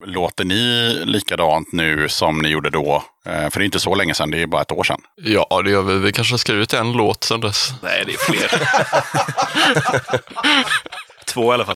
Låter ni likadant nu som ni gjorde då? För det är inte så länge sedan, det är bara ett år sedan. Ja, det gör vi. Vi kanske har skrivit en låt sedan dess. Nej, det är fler. 2 i alla fall.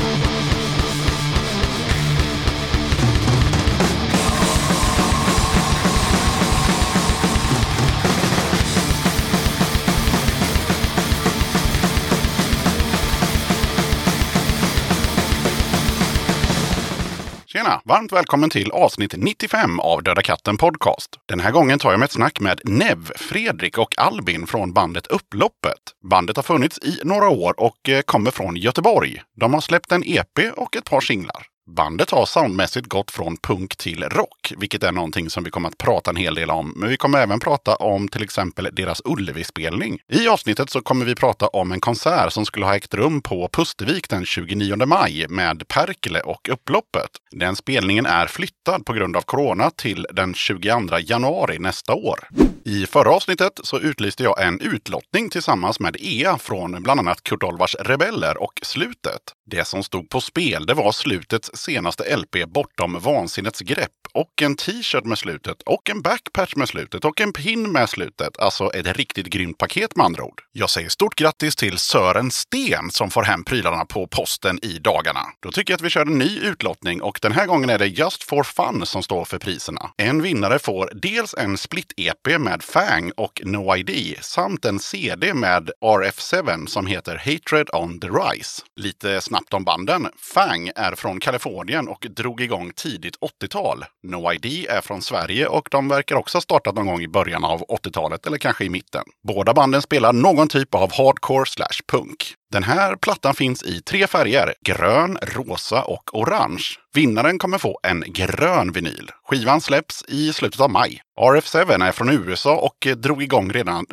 Tjena! Varmt välkommen till avsnitt 95 av Döda katten podcast. Den här gången tar jag med ett snack med Nev, Fredrik och Albin från bandet Upploppet. Bandet har funnits i några år och kommer från Göteborg. De har släppt en EP och ett par singlar. Bandet har soundmässigt gått från punk till rock, vilket är någonting som vi kommer att prata en hel del om. Men vi kommer även prata om till exempel deras Ullevi-spelning. I avsnittet så kommer vi prata om en konsert som skulle ha ägt rum på Pustervik den 29 maj med Perkele och Upploppet. Den spelningen är flyttad på grund av corona till den 22 januari nästa år. I förra avsnittet så utlyste jag en utlottning tillsammans med EA från bland annat Kurt Olvars Rebeller och Slutet. Det som stod på spel, det var Slutets senaste LP Bortom vansinnets grepp och en t-shirt med Slutet och en backpatch med Slutet och en pin med Slutet. Alltså ett riktigt grymt paket med andra ord. Jag säger stort grattis till Sören Sten som får hem prylarna på posten i dagarna. Då tycker jag att vi kör en ny utlottning och den här gången är det Just for Fun som står för priserna. En vinnare får dels en split-EP med Fang och No ID samt en CD med RF7 som heter Hatred on the Rise. Lite snabbt om banden. Fang är från Kalifornien och drog igång tidigt 80-tal. No ID är från Sverige och de verkar också ha startat någon gång i början av 80-talet eller kanske i mitten. Båda banden spelar någon typ av hardcore/punk. Den här plattan finns i 3 färger, grön, rosa och orange. Vinnaren kommer få en grön vinyl. Skivan släpps i slutet av maj. RF7 är från USA och drog igång redan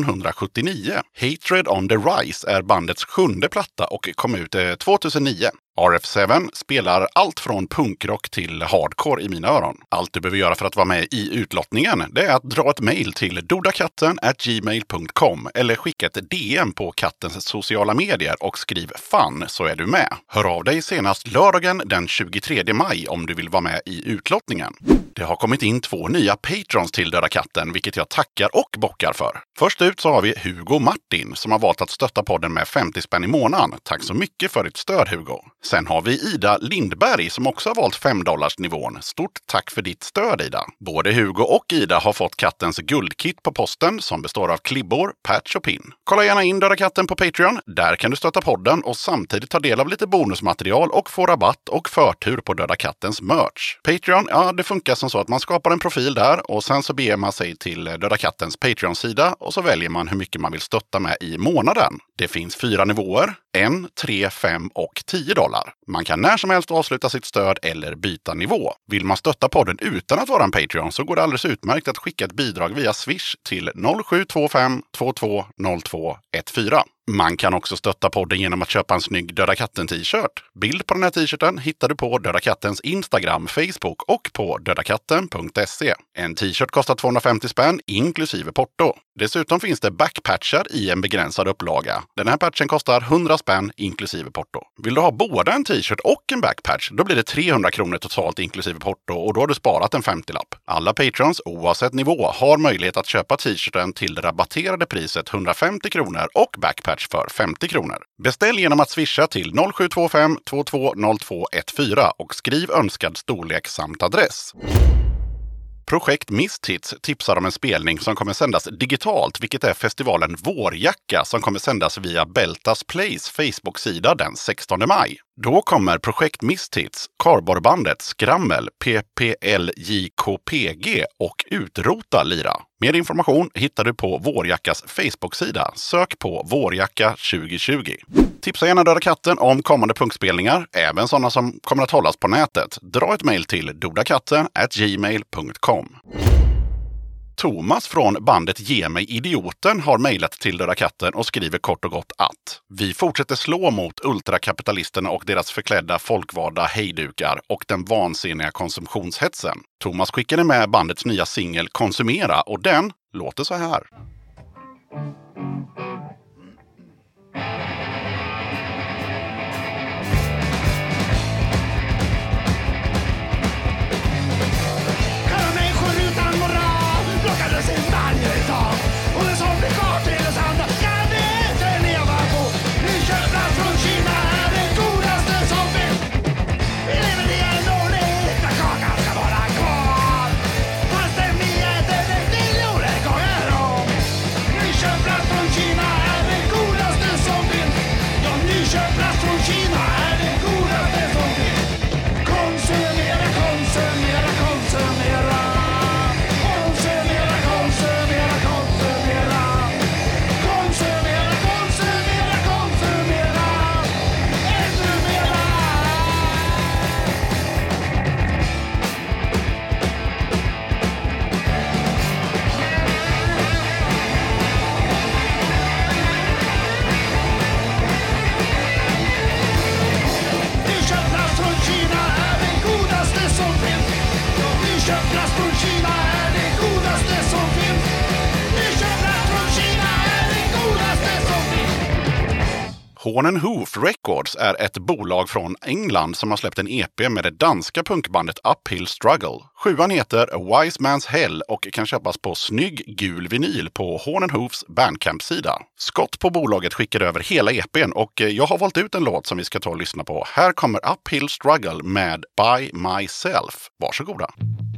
1979. Hatred on the Rise är bandets 7:e platta och kom ut 2009. RF7 spelar allt från punkrock till hardcore i mina öron. Allt du behöver göra för att vara med i utlottningen, det är att dra ett mejl till dodakatten@gmail.com eller skicka ett DM på kattens sociala medier och skriv fan så är du med. Hör av dig senast lördagen den 23 maj om du vill vara med i utlottningen. Det har kommit in 2 nya patrons till Döda katten, vilket jag tackar och bockar för. Först ut så har vi Hugo Martin som har valt att stötta podden med 50 spänn i månaden. Tack så mycket för ditt stöd Hugo. Sen har vi Ida Lindberg som också har valt $5-nivån. Stort tack för ditt stöd Ida. Både Hugo och Ida har fått kattens guldkit på posten som består av klibbor, patch och pin. Kolla gärna in Döda katten på Patreon. Där kan du stötta podden och samtidigt ta del av lite bonusmaterial och få rabatt och förtur på Döda kattens merch. Patreon, ja det funkar som så att man skapar en profil där och sen så beger man sig till Döda kattens Patreon-sida och så väljer man hur mycket man vill stötta med i månaden. Det finns 4 nivåer, 1, 3, 5 och $10. Man kan när som helst avsluta sitt stöd eller byta nivå. Vill man stötta podden utan att vara en Patreon så går det alldeles utmärkt att skicka ett bidrag via Swish till 0725 22 02 14. Man kan också stötta podden genom att köpa en snygg Döda katten-t-shirt. Bild på den här t-shirten hittar du på Döda kattens Instagram, Facebook och på dödakatten.se. En t-shirt kostar 250 spänn inklusive porto. Dessutom finns det backpatchar i en begränsad upplaga. Den här patchen kostar 100 spänn inklusive porto. Vill du ha både en t-shirt och en backpatch, då blir det 300 kronor totalt inklusive porto och då har du sparat en 50-lapp. Alla patrons, oavsett nivå, har möjlighet att köpa t-shirten till det rabatterade priset 150 kronor och backpatch för 50 kronor. Beställ genom att swisha till 0725 22 02 14 och skriv önskad storlek samt adress. Projekt Misthits tipsar om en spelning som kommer sändas digitalt, vilket är festivalen Vårjacka som kommer sändas via Beltas Plays Facebook-sida den 16 maj. Då kommer Projekt Misthits, Karborbandet, Skrammel, PPLJKPG och Utrota lira. Mer information hittar du på Vårjackas Facebook-sida. Sök på Vårjacka 2020. Tipsa gärna Döda katten om kommande punkspelningar, även sådana som kommer att hållas på nätet. Dra ett mejl till dodakatten@gmail.com. Thomas från bandet Ge mig idioten har mejlat till Döda katten och skriver kort och gott att vi fortsätter slå mot ultrakapitalisterna och deras förklädda folkvalda hejdukar och den vansinniga konsumtionshetsen. Thomas skickade med bandets nya singel Konsumera och den låter så här. Horn & Hoof Records är ett bolag från England som har släppt en EP med det danska punkbandet Uphill Struggle. 7:an heter A Wise Man's Hell och kan köpas på snygg gul vinyl på Horn & Hoofs Bandcamp-sida. Scott på bolaget skickade över hela EPn och jag har valt ut en låt som vi ska ta och lyssna på. Här kommer Uphill Struggle med By Myself. Varsågoda.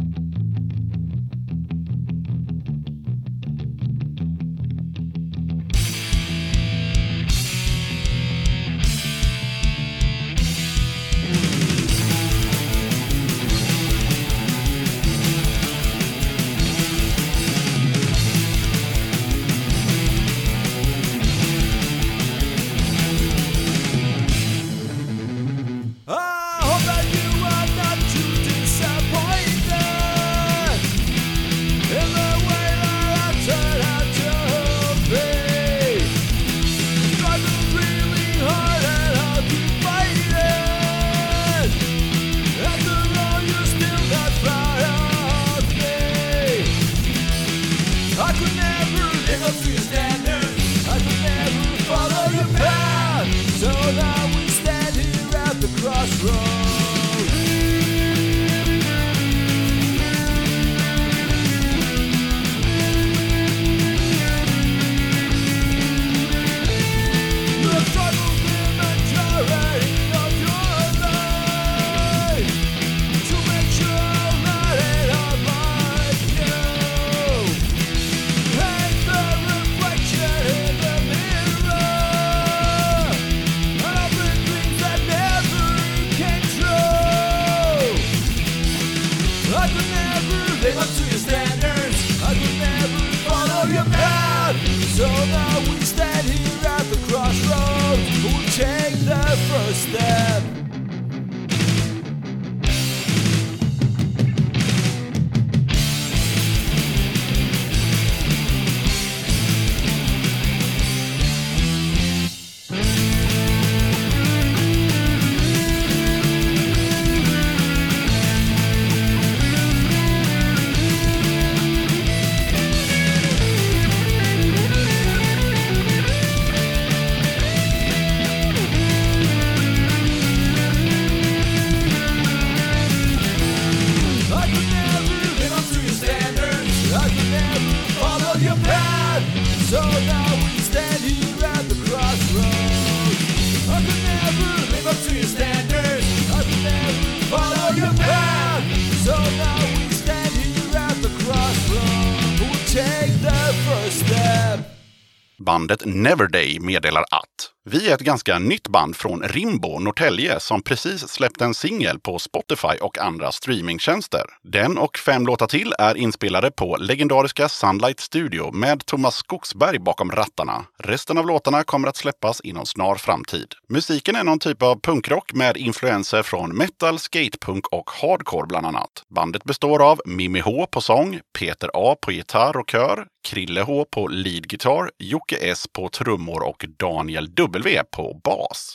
Bandet Neverday meddelar att vi är ett ganska nytt band från Rimbo, Norrtälje, som precis släppt en singel på Spotify och andra streamingtjänster. Den och 5 låtar till är inspelade på legendariska Sunlight Studio med Thomas Skogsberg bakom rattarna. Resten av låtarna kommer att släppas inom snar framtid. Musiken är någon typ av punkrock med influenser från metal, skatepunk och hardcore bland annat. Bandet består av Mimmi H på sång, Peter A på gitarr och kör, Krille H på leadgitarr, Jocke S på trummor och Daniel W på bas.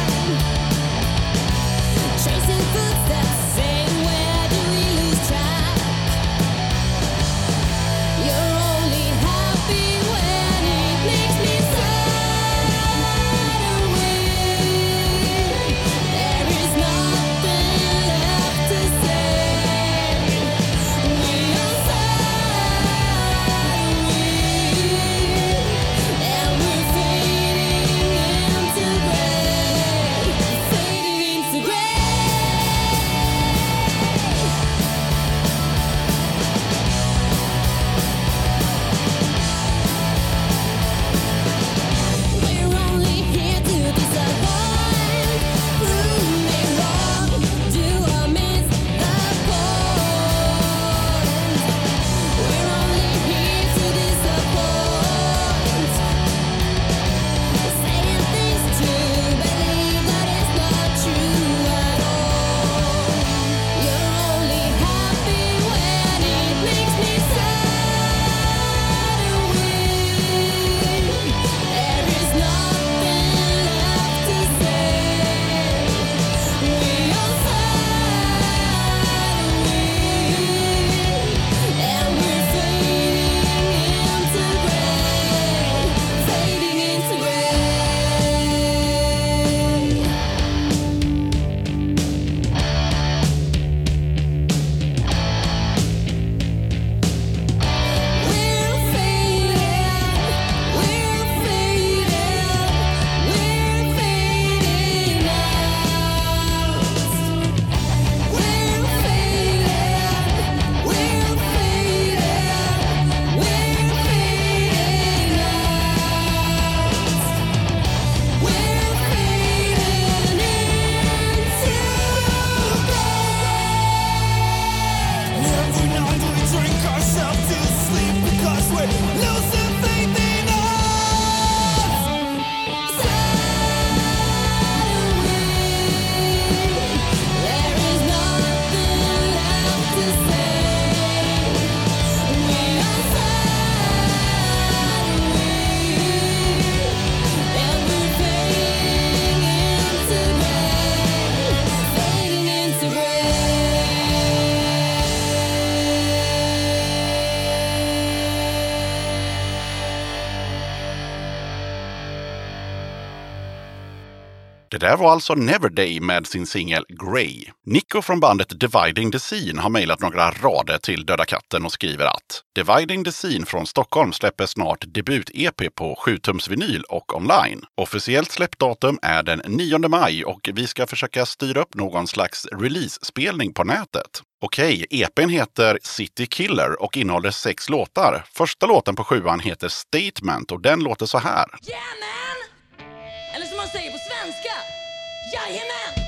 Tracing footsteps, saying where do we lose track? Det där var alltså Neverday med sin singel Grey. Nico från bandet Dividing the Scene har mejlat några rader till Döda katten och skriver att Dividing the Scene från Stockholm släpper snart debut-EP på 7-tums vinyl och online. Officiellt släppdatum är den 9 maj och vi ska försöka styra upp någon slags release-spelning på nätet. Okej, EPn heter City Killer och innehåller 6 låtar. Första låten på 7:an heter Statement och den låter så här. Yeah man! Eller som man säger på svenska. Jajamän!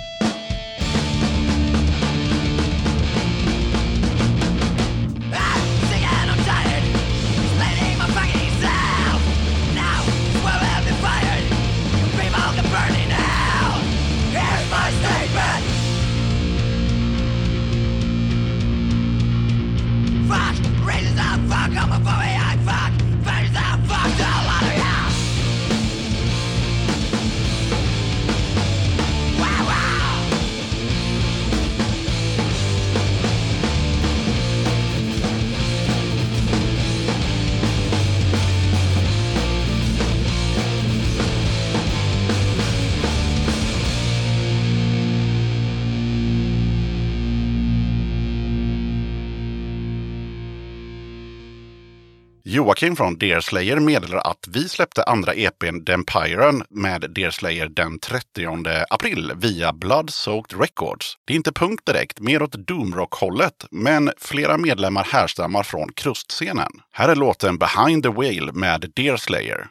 Joakim från Deerslayer meddelar att vi släppte andra EPn Dempiren med Deerslayer den 30 april via Blood-Soaked Records. Det är inte punkt direkt, mer åt doomrock-hållet, men flera medlemmar härstammar från krustscenen. Här är låten Behind the Whale med Deerslayer.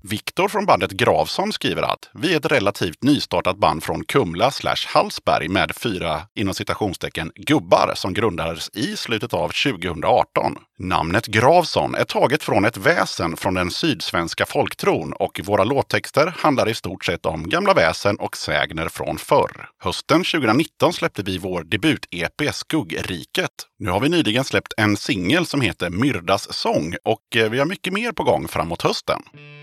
Viktor från bandet Gravson skriver att vi är ett relativt nystartat band från Kumla/Hallsberg med 4 inom citationstecken gubbar som grundades i slutet av 2018. Namnet Gravson är taget från ett väsen från den sydsvenska folktron och våra låttexter handlar i stort sett om gamla väsen och sägner från förr. Hösten 2019 släppte vi vår debut-EP Skuggriket. Nu har vi nyligen släppt en singel som heter Myrdas sång och vi har mycket mer på gång framåt hösten.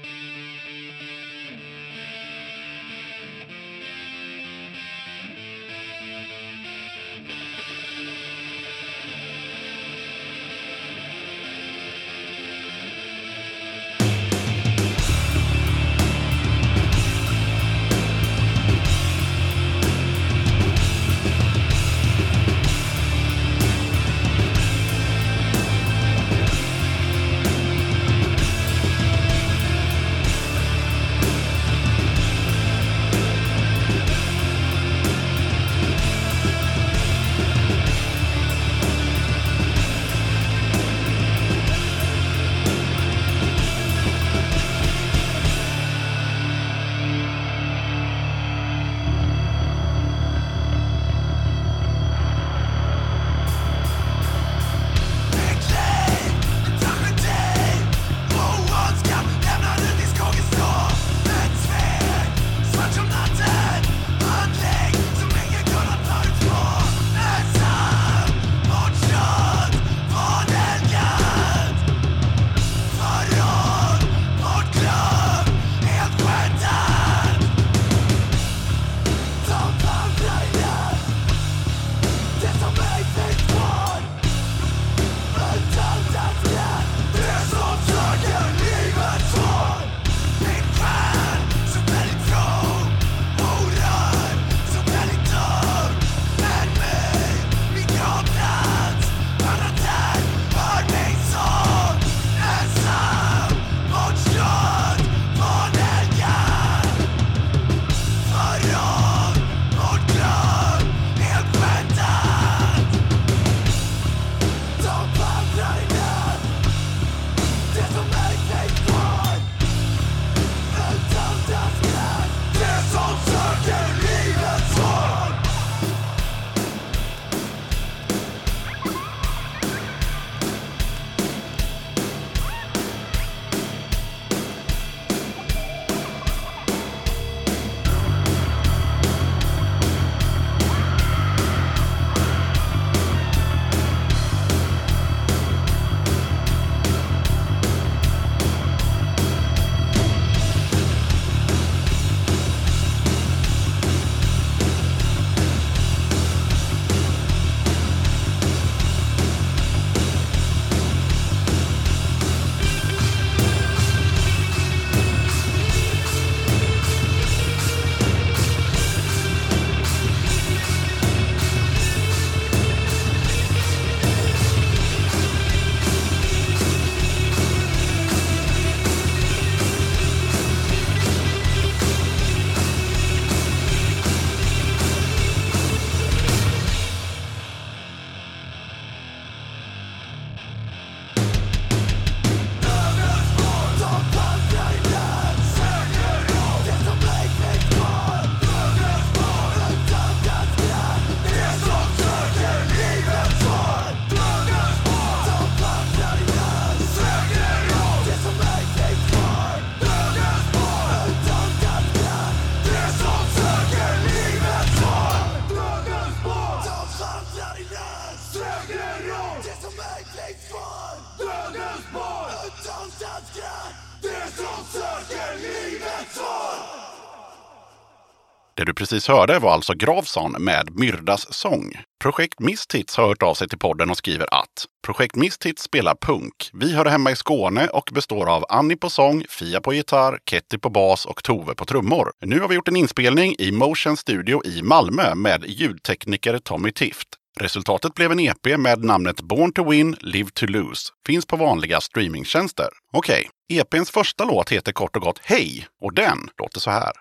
Det du precis hörde var alltså Gravson med Myrdas sång. Projekt Misthits har hört av sig till podden och skriver att Projekt Misthits spelar punk. Vi hör hemma i Skåne och består av Annie på sång, Fia på gitarr, Ketty på bas och Tove på trummor. Nu har vi gjort en inspelning i Motion Studio i Malmö med ljudtekniker Tommy Tift. Resultatet blev en EP med namnet Born to Win, Live to Lose. Finns på vanliga streamingtjänster. Okej, EP:ns första låt heter kort och gott Hej och den låter så här.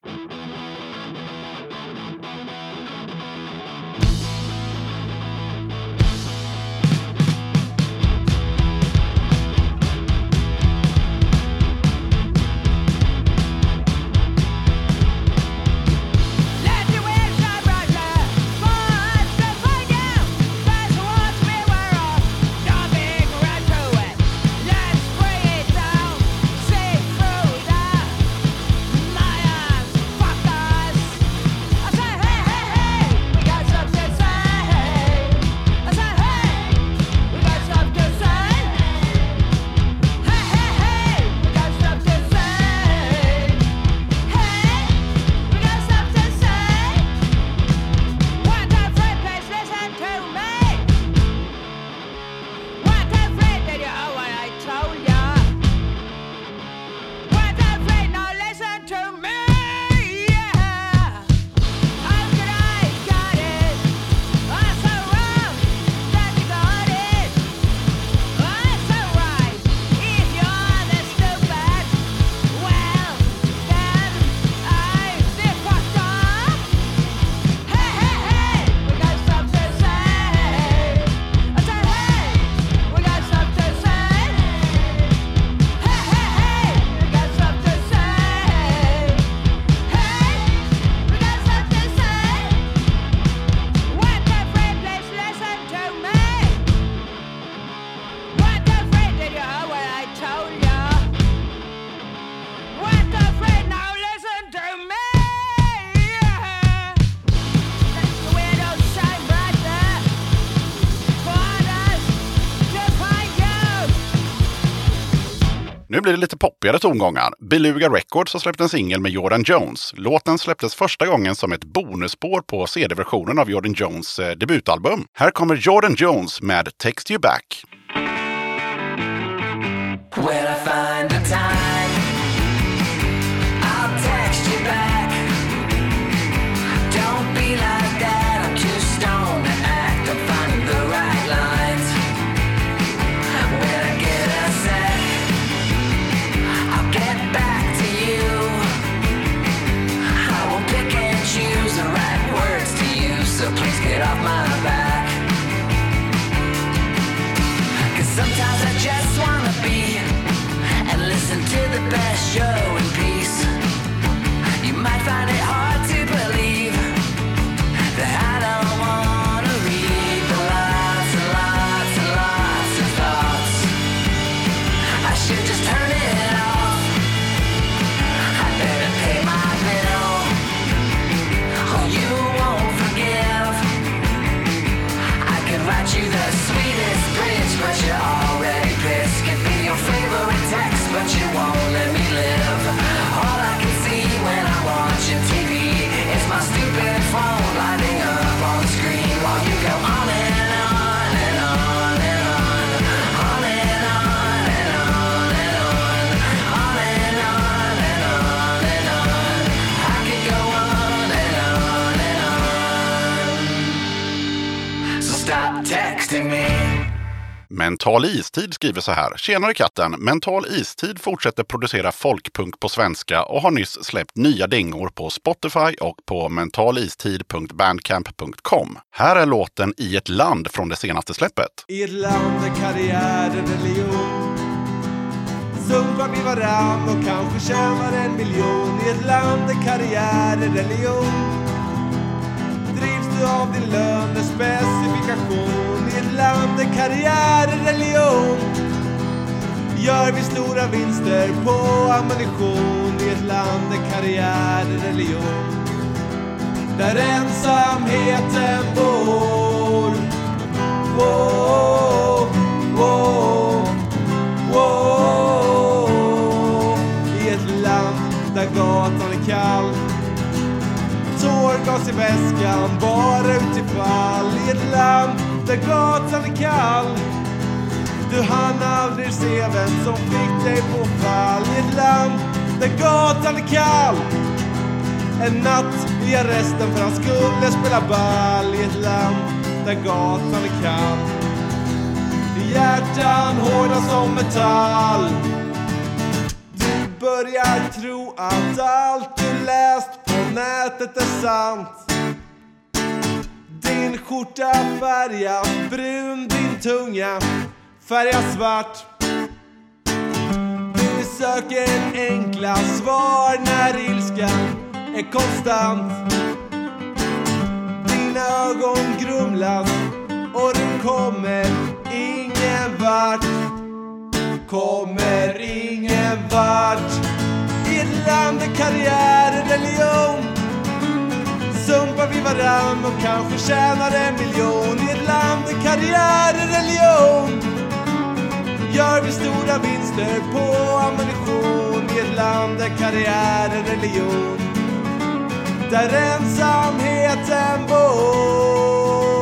Nu blir det lite poppigare tongångar. Beluga Records har släppt en singel med Jordan Jones. Låten släpptes första gången som ett bonusspår på CD-versionen av Jordan Jones debutalbum. Här kommer Jordan Jones med Text You Back. When I find the time, I'll text you back. Don't be like that, I'm too stoned to act. I'm finding the right lines. When I get a sec, I'll get back to you. I will pick and choose the right words to use, so please get off my back. 'Cause sometimes I just wanna be and listen to the best show in peace. You might find it hard to believe that I don't want to read the lots and lots and lots of thoughts. I should just turn it off. I better pay my bill, or you won't forgive. I could write you the sweetest bridge, but you're already pissed. Could be your favorite text, but you won't let me live. All I can see when I'm watching TV is my stupid phone lighting up on screen while you go on and on and on and on, on and on and on and on, on and on and on and on. I could go on and on and on. So stop texting me. Mental Istid skriver så här. Tjenare katten, Mental Istid fortsätter producera folkpunk på svenska och har nyss släppt nya dängor på Spotify och på mentalistid.bandcamp.com. Här är låten I ett land från det senaste släppet. I ett land där karriär är religion, sumpar vi varann och kanske tjänar 1 miljon. I ett land där karriär är religion, drivs du av din lönespecifikation. I ett land där karriär är religion, gör vi stora vinster på ammunition. I ett land där karriär är religion, där ensamheten bor. Wow, wow, wow. I ett land där gatan är kall, tårgas i väskan, bara utifall. I ett land där gatan är kall, du hann aldrig se vem som fick dig på fall. I ett land där gatan är kall, en natt i arresten för han skulle spela ball. I ett land där gatan är kall, hjärtan hårda som metall. Du börjar tro att allt du läst på nätet är sant. Din skjorta färgas brun, din tunga färgas svart. Du söker enkla svar när ilskan är konstant. Dina ögon grumlas och du kommer ingen vart. Kommer ingen vart. I ett land där karriär är religion, sumpar vi varann och kanske tjänar 1 miljon. I ett land där karriär är religion, gör vi stora vinster på ammunition. I ett land där karriär är religion, där ensamheten bor.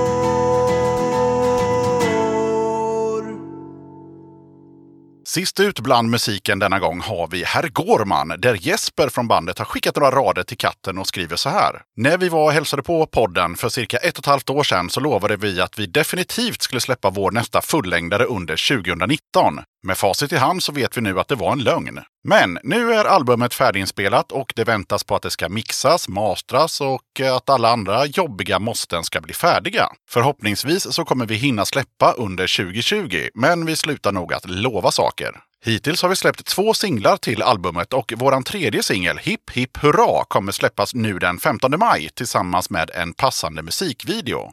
Sist ut bland musiken denna gång har vi Herr Gårman, där Jesper från bandet har skickat några rader till katten och skriver så här. När vi var och hälsade på podden för cirka 1,5 år sedan så lovade vi att vi definitivt skulle släppa vår nästa fullängdare under 2019. Med facit i hand så vet vi nu att det var en lögn. Men nu är albumet färdiginspelat och det väntas på att det ska mixas, mastras och att alla andra jobbiga måsten ska bli färdiga. Förhoppningsvis så kommer vi hinna släppa under 2020, men vi slutar nog att lova saker. Hittills har vi släppt 2 singlar till albumet och våran 3:e singel, Hipp Hipp Hurra, kommer släppas nu den 15 maj tillsammans med en passande musikvideo.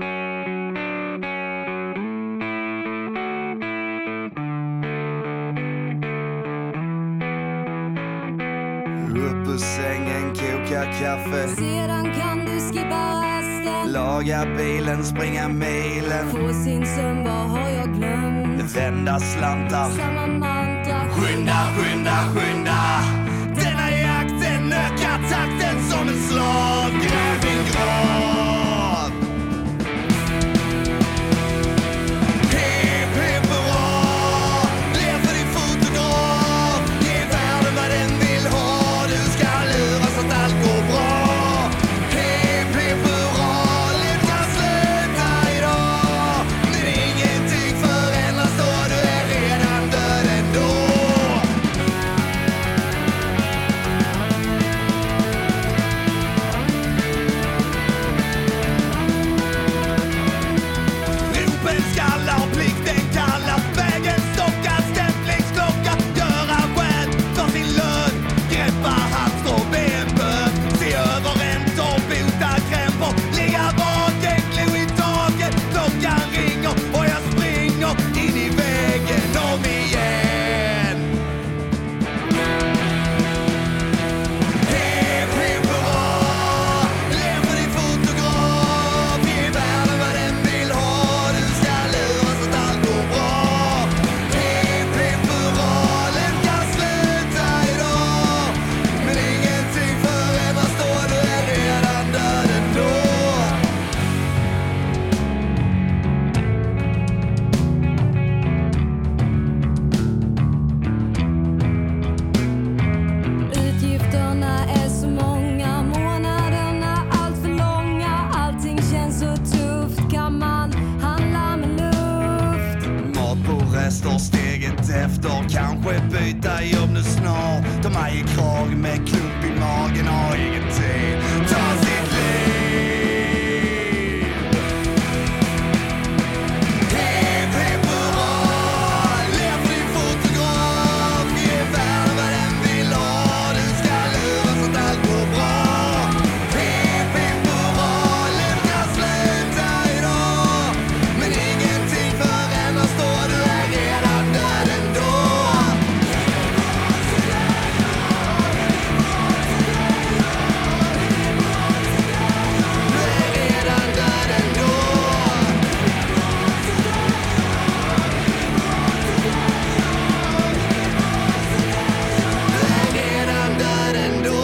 Upp ur sängen, koka kaffe. Sedan kan du skippa rasten. Laga bilen, springa milen. Få sin sömn, vad har jag glömt? Vända slantar. Samma mantra, Skynda, skynda, skynda. Denna jakten ökar takten som en slav. Gräv din grav. Hip, hip, hurra. Lev för din fotograf. Ge världen vad den vill ha. Du ska luras att allt går bra. Hip, hip, hurra. Livet kan sluta idag. Men ingenting förändras då. Du är redan död ändå. Ropen skallar, plikten kallar. Vägen stockar, stämplingsklocka. Göra skäl för sin lön. Greppa halmstrå, benbön. Se över räntor, bota krämpor. Ligga vaken, glo i taket. Klockan ringer och jag springer in i väggen om igen. Hip, hip, hurra. Lev för din fotograf. Ge världen vad den vill ha. Du ska luras att allt går bra. Hip, hip, hurra. Livet kan sluta idag. Men ingenting förändras då. Du är redan död ändå. Utgifterna är så många, månaderna allt för långa. Allting känns så tufft, kan man handla med luft? Mat på rester, steget efter. Kanske byta jobb nu snart. De är i krag med klump i magen. Har ingen tid. Ta sitt liv. Hip, hip, hurra. Lev för din fotograf. Ge världen vad den vill ha. Du ska luras att allt går bra. Hip, hip, hurra. Livet kan sluta idag. Men ingenting förändras då. Du är redan död ändå. Du är redan död ändå. Du är redan död ändå.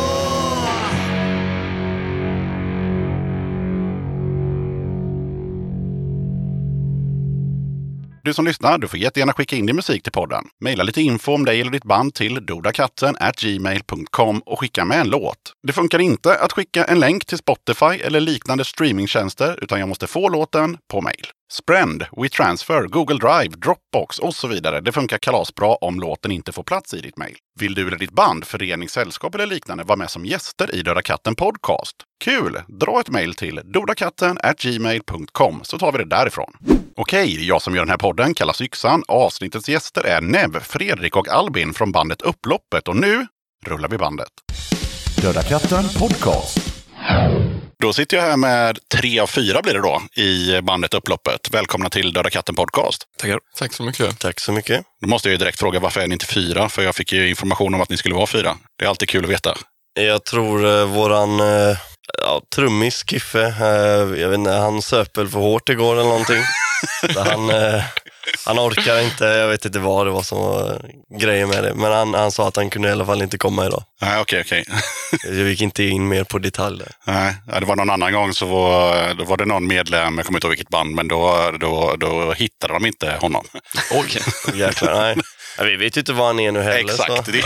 Du som lyssnar, du får jättegärna skicka in din musik till podden. Maila lite info om dig eller ditt band till dodakatten@gmail.com och skicka med en låt. Det funkar inte att skicka en länk till Spotify eller liknande streamingtjänster, utan jag måste få låten på mail. Sprend, WeTransfer, Google Drive, Dropbox och så vidare. Det funkar kalasbra om låten inte får plats i ditt mail. Vill du eller ditt band, förening, sällskap eller liknande vara med som gäster i Döda katten podcast? Kul! Dra ett mail till dodakatten@gmail.com så tar vi det därifrån. Okej, jag som gör den här podden kallas Yxan. Avsnittets gäster är Nev, Fredrik och Albin från bandet Upploppet och nu rullar vi bandet. Döda katten podcast. Då sitter jag här med 3 av 4 blir det då i bandet Upploppet. Välkomna till Döda katten podcast. Tackar. Tack så mycket. Tack så mycket. Då måste jag ju direkt fråga, varför är ni inte 4? För jag fick ju information om att ni skulle vara 4. Det är alltid kul att veta. Jag tror våran trummis Kiffe, jag vet inte, han söpel för hårt igår eller någonting. Så han orkar inte, jag vet inte vad det var som var grejen med det. Men han sa att han kunde i alla fall inte komma idag. Nej, okej. Jag gick inte in mer på detaljer. Nej, det var någon annan gång så då var det någon medlem, jag kommer inte ihåg vilket band, men då hittade de inte honom. Oj, jäklar, nej. Ja, vi vet ju inte vad han är nu heller. Exakt. Så.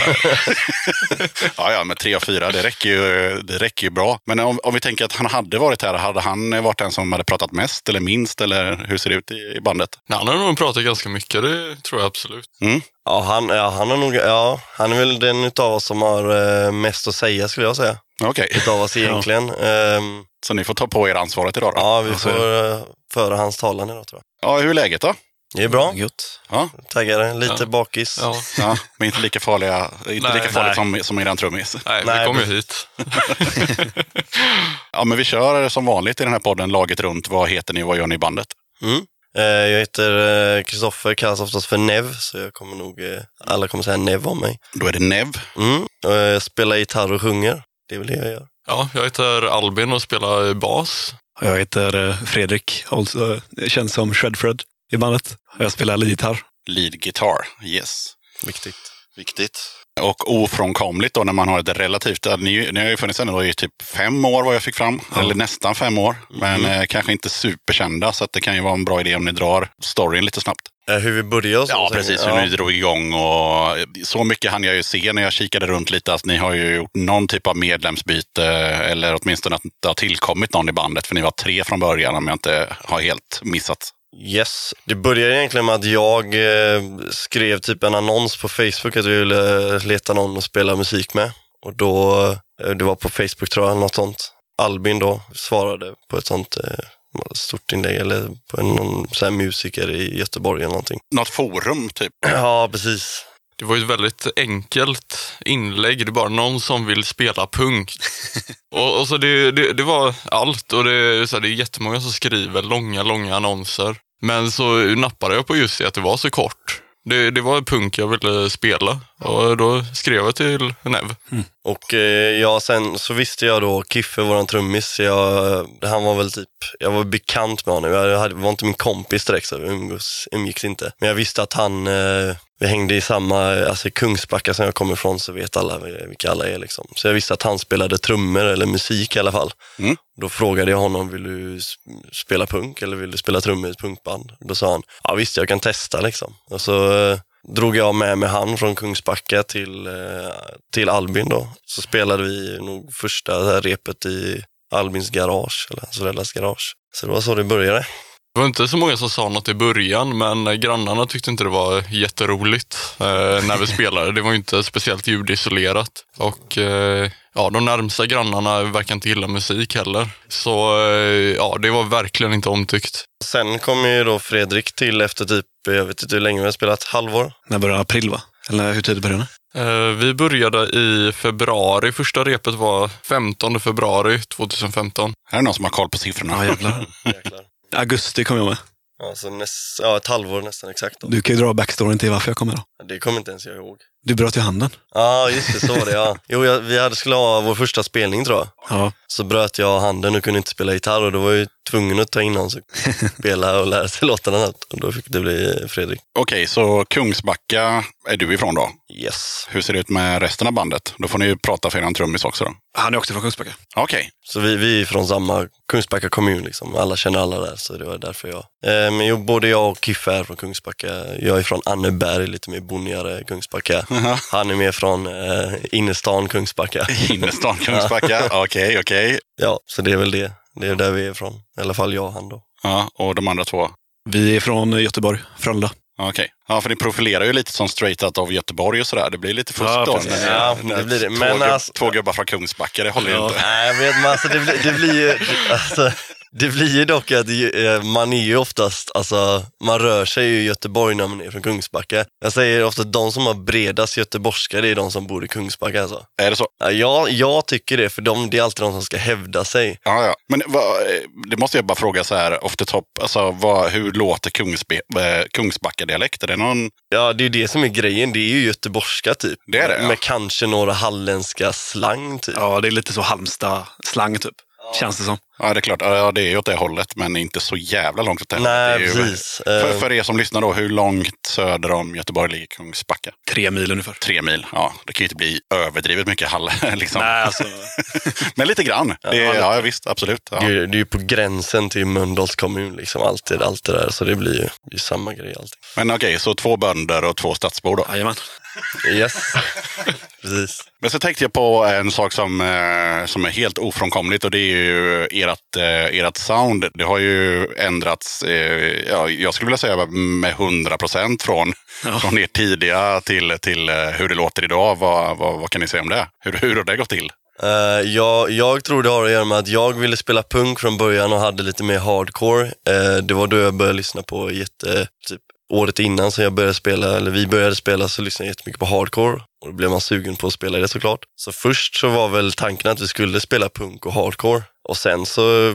Ja, men 3 och 4, det räcker ju bra. Men om vi tänker att han hade varit här, hade han varit den som hade pratat mest eller minst, eller hur ser det ut i bandet? Nej, han har nog pratat ganska mycket, det tror jag absolut. Mm. Ja, han har nog, han är väl den utav oss som har mest att säga, skulle jag säga. Okej. Utav oss egentligen. Så ni får ta på er ansvaret idag då? Ja, vi får föra hans talan idag, tror jag. Ja, hur är läget då? Det är bra. Gott. Ja. Taggare, lite bakis. Ja. Men inte lika farligt som eran trummis. Nej, vi kommer ju hit. Ja, men vi kör som vanligt i den här podden, laget runt. Vad heter ni och vad gör ni i bandet? Jag heter Kristoffer, kallas oftast för Nev, så jag kommer nog, alla kommer säga Nev om mig. Då är det Nev. Jag spelar gitarr och sjunger, det är väl det jag gör. Ja, jag heter Albin och spelar bas. Jag heter Fredrik, alltså känns som Shredfred i bandet. Jag spelar lead-gitarr. Lead guitar, yes. Viktigt. Viktigt. Och ofrånkomligt då när man har ett relativt... Ni har ju funnits ändå i typ 5 år vad jag fick fram. Eller nästan 5 år. Men kanske inte superkända. Så att det kan ju vara en bra idé om ni drar storyn lite snabbt. Hur vi började och så. Ja, precis. Hur ni drog igång. Och så mycket hann jag ju se när jag kikade runt lite. Att ni har ju gjort någon typ av medlemsbyte. Eller åtminstone att det har tillkommit någon i bandet. För ni var 3 från början om jag inte har helt missat. Yes. Det började egentligen med att jag skrev typ en annons på Facebook att vi ville leta någon att spela musik med. Och då, det var på Facebook tror jag, något sånt. Albin då svarade på ett sånt stort inlägg eller på någon så här musiker i Göteborg eller någonting. Något forum typ? Ja, precis. Det var ju ett väldigt enkelt inlägg. Det är bara någon som vill spela punk. och så det var allt. Och det är jättemånga som skriver långa annonser. Men så nappade jag på just det att det var så kort. Det var punk jag ville spela. Och då skrev jag till Nev. Och sen så visste jag då Kiffe, våran trummis. Han var väl typ, jag var bekant med honom. Jag var inte min kompis direkt så vi umgicks inte. Men jag visste att han... Vi hängde i samma, alltså i Kungsbacka som jag kommer ifrån så vet alla vilka alla är liksom. Så jag visste att han spelade trummor eller musik i alla fall. Då frågade jag honom, vill du spela punk eller vill du spela trummor i ett punkband? Då sa han, ja visst jag kan testa liksom. Och så drog jag med han från Kungsbacka till Albin då. Så spelade vi nog första repet i Albins garage, eller hans föräldrars garage. Så det var så det började. Det var inte så många som sa något i början, men grannarna tyckte inte det var jätteroligt när vi spelade. Det var ju inte speciellt ljudisolerat. Och de närmsta grannarna verkar inte gilla musik heller. Så det var verkligen inte omtyckt. Sen kom ju då Fredrik till efter typ, jag vet inte hur länge vi har spelat, halvår. När började april va? Eller hur tidigt började det? Vi började i februari. Första repet var 15 februari 2015. Här är någon som har koll på siffrorna. Ja, jävlar. Augusti kom jag med. Ja, så ett halvår nästan exakt då. Du kan ju dra backstoryn till varför jag kommer då. Det kommer inte ens jag ihåg. Du bröt ju handen. Ja, just det, så var det, ja. Jo, vi skulle ha vår första spelning tror jag. Ja. Så bröt jag handen och kunde inte spela gitarr och då var jag ju tvungen att ta in någon som spela och lära sig låtarna. Och då fick det bli Fredrik. Okej, så Kungsbacka är du ifrån då? Yes. Hur ser det ut med resten av bandet? Då får ni ju prata för en trummis också då. Han är också från Kungsbacka. Okej. Så vi är från samma Kungsbacka kommun liksom. Alla känner alla där, så det var därför jag. Men både jag och Kiffe är från Kungsbacka. Jag är från Anneberg, lite mer bonnigare Kungsbacka. Han är mer från innerstan Kungsbacka. Innerstan Kungsbacka, okej. Ja, så det är väl det. Det är där vi är från. I alla fall jag och han då. Ja, och de andra 2? Vi är från Göteborg, Frölunda. Okej. Ja, för ni profilerar ju lite som straight out av Göteborg och sådär. Det blir lite fusk Ja, då. precis. Ja, det blir det. Men två gubbar från Kungsbacka, det håller ju inte. Nej, jag vet, men alltså det blir ju... Alltså, det blir ju dock att man är ju oftast, alltså man rör sig ju i Göteborg när man är från Kungsbacka. Jag säger ofta att de som har bredast göteborgska, det är de som bor i Kungsbacka alltså. Är det så? Ja, jag tycker det, för det är alltid de som ska hävda sig. Ja. Men det måste jag bara fråga så här, off the top, alltså hur låter Kungsbacka-dialekt? Är det någon... Ja, det är ju det som är grejen, det är ju göteborgska typ. Det är det, ja. Med kanske några halländska slang typ. Ja, det är lite så Halmstad-slang typ. Känns det som. Ja, det är klart. Ja, det är ju åt det hållet, men inte så jävla långt åt det. Nej, det är ju, precis. För er som lyssnar då, hur långt söder om Göteborg ligger Kungsbacka? 3 mil ungefär. 3 mil, ja. Det kan ju inte bli överdrivet mycket liksom. Nej, alltså. Men lite grann. Ja, visst, absolut. Ja. Det är ju på gränsen till Mölndals kommun, liksom, allt det där. Så det blir ju samma grej allting. Men okej, så 2 bönder och 2 stadsbor då? Jajamän. Yes, precis. Men så tänkte jag på en sak som är helt ofrånkomligt, och det är ju ert sound. Det har ju ändrats, jag skulle vilja säga med 100% från er tidiga till hur det låter idag. Vad kan ni säga om det? Hur har det gått till? Jag tror det har att göra med att jag ville spela punk från början och hade lite mer hardcore. Det var då jag började lyssna på typ året innan så vi började spela, så lyssnade jag jättemycket på hardcore. Och då blev man sugen på att spela det såklart. Så först så var väl tanken att vi skulle spela punk och hardcore. Och sen så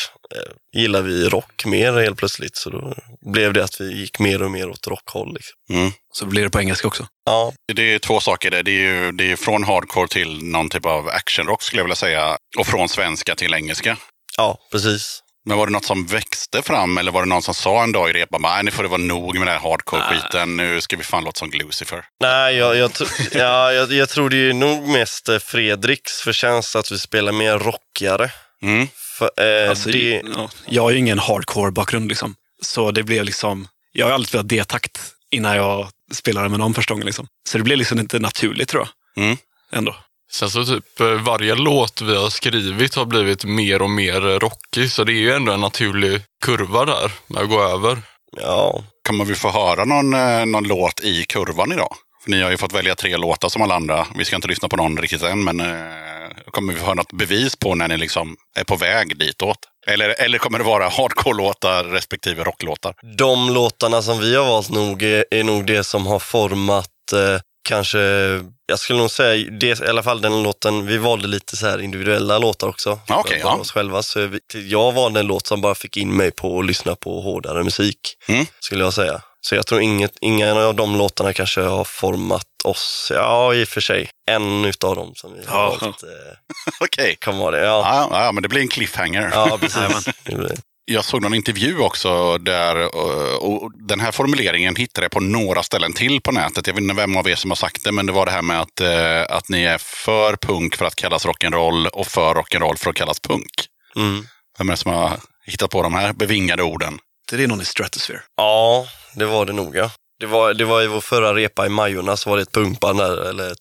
gillar vi rock mer helt plötsligt. Så då blev det att vi gick mer och mer åt rockhåll liksom. Mm. Så blir det på engelska också. Ja. Det är 2 saker där. Det är från hardcore till någon typ av actionrock skulle jag vilja säga. Och från svenska till engelska. Ja, precis. Men var det något som växte fram eller var det någon som sa en dag i repan nej, nu får det vara nog med den här hardcore-skiten, nu ska vi fan låta som Lucifer? Nej, jag tror det är nog mest Fredriks förtjänst att vi spelar mer rockigare. Mm. Alltså, jag har ju ingen hardcore-bakgrund liksom. Så det blev liksom, jag har aldrig spelat D-takt innan jag spelade med någon första gången liksom. Så det blev liksom inte naturligt tror jag. Mm. Ändå. Sen så typ varje låt vi har skrivit har blivit mer och mer rockig. Så det är ju ändå en naturlig kurva där med att gå över. Ja. Kan man väl få höra någon låt i kurvan idag? För ni har ju fått välja 3 låtar som alla andra. Vi ska inte lyssna på någon riktigt än, men kommer vi få höra något bevis på när ni liksom är på väg ditåt? Eller kommer det vara hardcore-låtar respektive rocklåtar? De låtarna som vi har valt är nog det som har format kanske, jag skulle nog säga det, i alla fall den låten, vi valde lite så här individuella låtar också. Okej, ja. Oss själva, så jag valde en låt som bara fick in mig på att lyssna på hårdare musik, skulle jag säga. Så jag tror ingen av de låtarna kanske har format oss. Ja, i och för sig. En utav dem som vi har valt. Okej. Kan vara det, ja. Ja, men det blir en cliffhanger. Ja, precis. Jag såg någon intervju också där, och den här formuleringen hittade jag på några ställen till på nätet. Jag vet inte vem av er som har sagt det, men det var det här med att ni är för punk för att kallas rock'n'roll och för rock'n'roll för att kallas punk. Mm. Vem är det som har hittat på de här bevingade orden? Det är någon i Stratosphere. Ja, det var det nog, ja. Det var i vår förra repa i Majorna, så var det ett punkband där, eller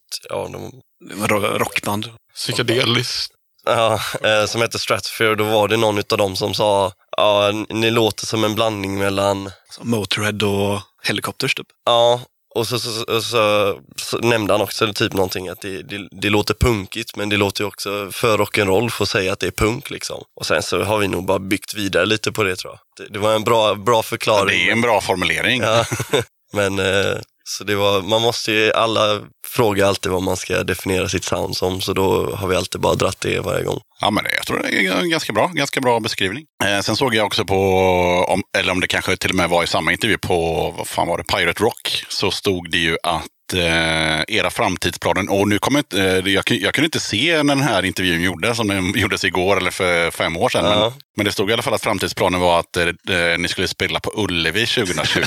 rockband. Psykedeliskt. Ja, som heter Stratosphere. Då var det någon av dem som sa, ja, ni låter som en blandning mellan Motorhead och Helicopters typ. Ja, och så nämnde han också typ någonting att det låter punkigt, men det låter ju också för rock'n'roll för att säga att det är punk liksom. Och sen så har vi nog bara byggt vidare lite på det, tror jag. Det var en bra förklaring. Ja, det är en bra formulering. Ja. Men så det var, man måste ju, alla fråga alltid vad man ska definiera sitt sound som, så då har vi alltid bara dratt det varje gång. Ja, men jag tror det är ganska bra beskrivning. Sen såg jag också på, eller om det kanske till och med var i samma intervju på, vad fan var det, Pirate Rock, så stod det ju att era framtidsplaner, och nu kommer jag kunde inte se när den här intervjun gjordes, som den gjordes igår eller för 5 år sedan, men det stod i alla fall att framtidsplanen var att ni skulle spela på Ullevi 2020.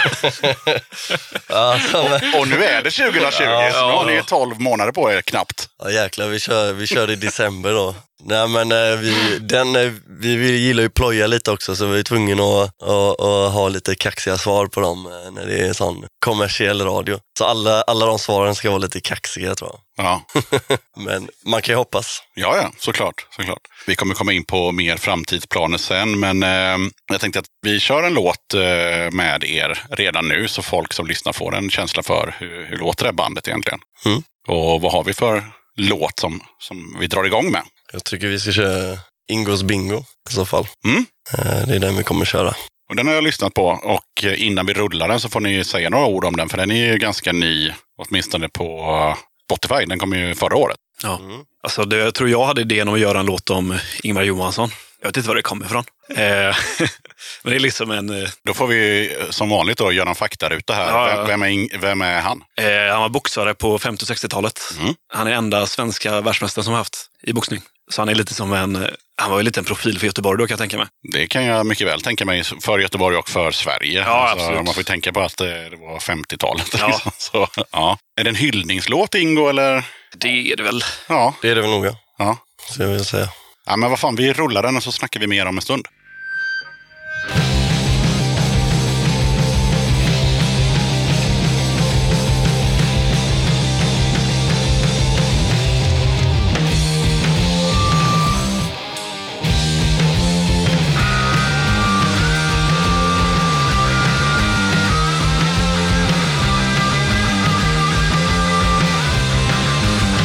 och nu är det 2020, så nu har ni 12 månader på er knappt. Ja, jäklar, vi kör i december då. Nej, men vi gillar ju ploja lite också, så vi är tvungna att ha lite kaxiga svar på dem när det är sån kommersiell radio. Så alla de svaren ska vara lite kaxiga, tror jag. Ja. Men man kan ju hoppas. Ja, såklart. Vi kommer komma in på mer framtidsplaner sen, men jag tänkte att vi kör en låt med er redan nu, så folk som lyssnar får en känsla för hur låter det bandet egentligen. Mm. Och vad har vi för låt som vi drar igång med? Jag tycker vi ska köra Ingos Bingo i så fall. Mm. Det är den vi kommer köra. Och den har jag lyssnat på, och innan vi rullar den så får ni säga några ord om den, för den är ju ganska ny, åtminstone på Spotify. Den kom ju förra året. Ja, alltså jag tror jag hade idén om att göra en låt om Ingmar Johansson. Jag vet inte var det kommer ifrån. Men det är liksom Då får vi som vanligt då göra en faktaruta här. Ja. Vem är han? Han var boxare på 50- och 60-talet. Han är enda svenska världsmästaren som har haft i boxning. Så han är lite som han var ju lite en profil för Göteborg då, kan jag tänka mig. Det kan jag mycket väl tänka mig, för Göteborg och för Sverige. Ja, absolut. Man får tänka på att det var 50-talet. Ja. Liksom. Så, ja. Är det en hyllningslåt, Ingo, eller? Det är det väl. Ja. Det är det väl nog, ja. Så jag vill säga. Ja, men vad fan, vi rullar den och så snackar vi mer om en stund.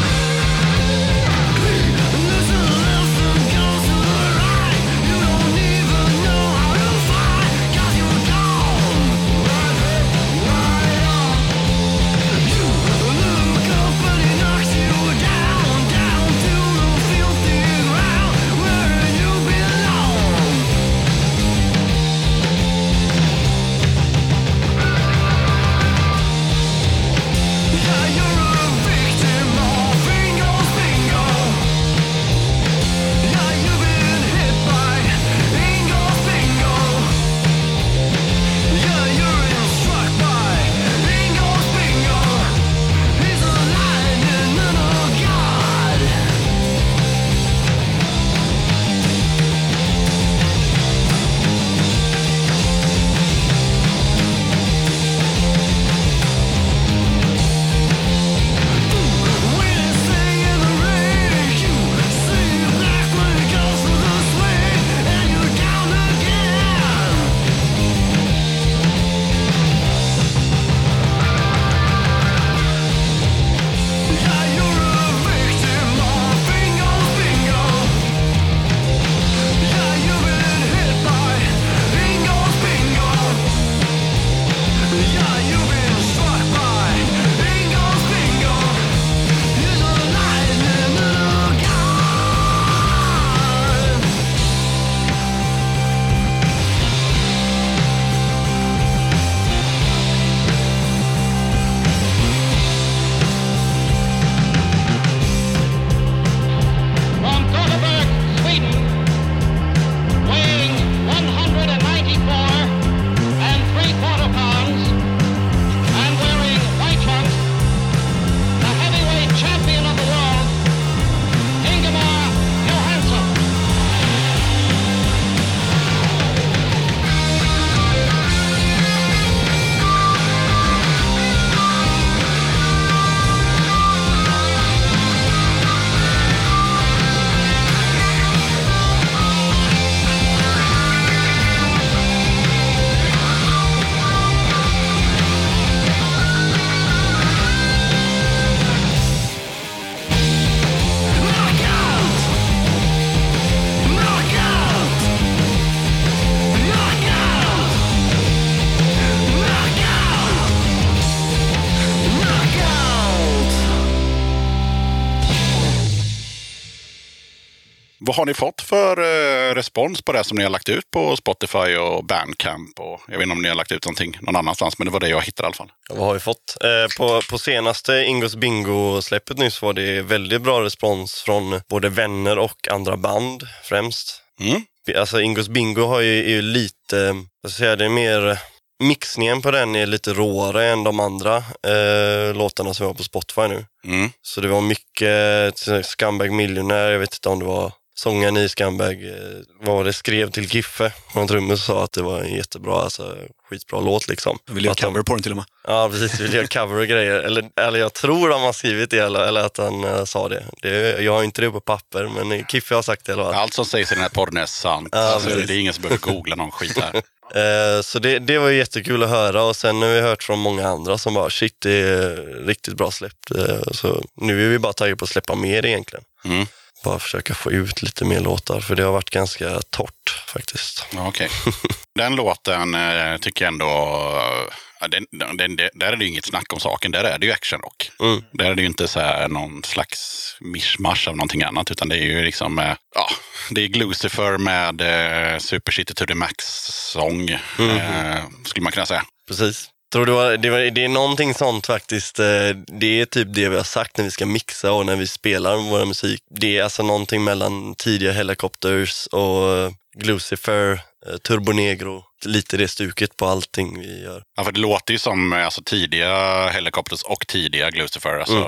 Listen, goes to the right. You don't need Vad har ni fått för respons på det som ni har lagt ut på Spotify och Bandcamp? Och jag vet inte om ni har lagt ut någonting någon annanstans, men det var det jag hittade i alla fall. Vad har vi fått? På senaste Ingos Bingo-släppet nyss var det väldigt bra respons från både vänner och andra band främst. Alltså Ingos Bingo har ju lite, vad ska jag säga, det är mer... Mixningen på den är lite råare än de andra låtarna som var på Spotify nu. Så det var mycket Scumbag Millionaire, jag vet inte om det var sången i Scumbag, vad det skrev till Giffe. Och trummen sa att det var en jättebra, alltså skitbra låt liksom. Jag vill göra cover på den till och med. Ja, precis, vill göra cover och grejer. Eller jag tror de har skrivit det, eller att han sa det. Jag har inte det på papper, men Giffe har sagt det. Eller vad? Allt som sägs i den här podden är sant. Ja, alltså, det är ingen som behöver googla någon skit här. Så det var jättekul att höra, och sen har vi hört från många andra som bara shit, det är riktigt bra släppt. Så nu är vi bara taggade på att släppa mer egentligen. Bara försöka få ut lite mer låtar, för det har varit ganska torrt faktiskt. Okej. Den låten tycker jag ändå... där är det ju inget snack om saken. Där är det ju actionrock. Där är det ju inte så här någon slags mishmash av någonting annat, utan det är ju liksom... det är Glucifer med Super City to the Max-sång, skulle man kunna säga. Precis. Tror det är någonting sånt faktiskt. Det är typ det vi har sagt när vi ska mixa och när vi spelar vår musik. Det är alltså någonting mellan tidiga Helicopters och Glucifer, Turbo Negro. Lite det stuket på allting vi gör. Ja, för det låter ju som alltså, tidiga Helicopters och tidiga Glucifer. Alltså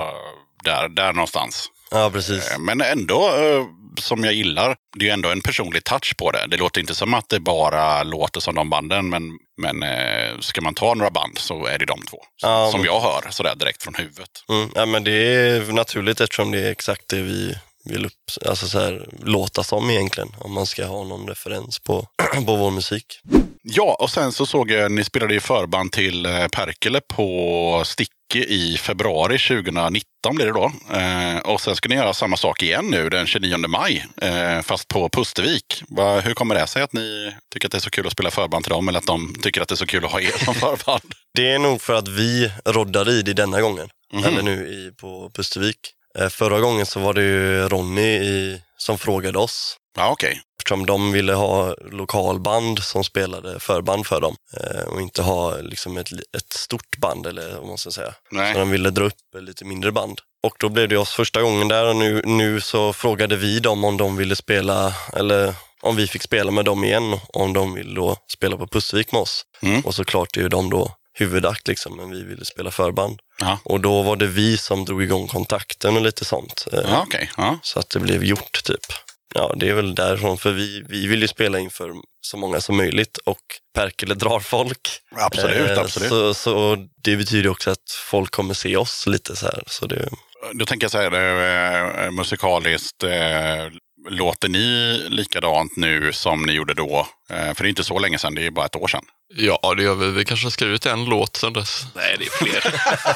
där någonstans. Ja, precis. Men ändå, som jag gillar, det är ju ändå en personlig touch på det. Det låter inte som att det bara låter som de banden, men ska man ta några band så är det de två. Som jag hör sådär direkt från huvudet. Ja, men det är naturligt eftersom det är exakt det vi vill alltså så här, låta som egentligen. Om man ska ha någon referens på vår musik. Ja, och sen så såg jag ni spelade i förband till Perkele på Sticke i februari 2019 blir det då. Och sen ska ni göra samma sak igen nu den 29 maj, fast på Pustervik. Hur kommer det sig att ni tycker att det är så kul att spela förband till dem, eller att de tycker att det är så kul att ha er som förband? Det är nog för att vi roddar i det denna gången, eller nu på Pustervik. Förra gången så var det ju Ronny som frågade oss. Ja, okej. Eftersom de ville ha lokalband som spelade förband för dem. Och inte ha liksom ett stort band, eller vad man ska säga. Nej. Så de ville dra upp lite mindre band. Och då blev det oss första gången där, och nu så frågade vi dem om de ville spela, eller om vi fick spela med dem igen. Om de ville då spela på Pustervik med oss. Och såklart är ju de då huvudakt liksom, men vi ville spela förband. Ja. Och då var det vi som drog igång kontakten och lite sånt. Ja, okej. Ja. Så att det blev gjort typ. Ja, det är väl därifrån, för vi vill ju spela inför så många som möjligt, och Perkele drar folk. Absolut. Så det betyder också att folk kommer se oss lite så här. Så det... Då tänker jag säga musikaliskt, låter ni likadant nu som ni gjorde då? För det är inte så länge sedan, det är bara ett år sedan. Ja, det gör vi. Vi kanske har skrivit en låt sedan dess. Nej, det är fler.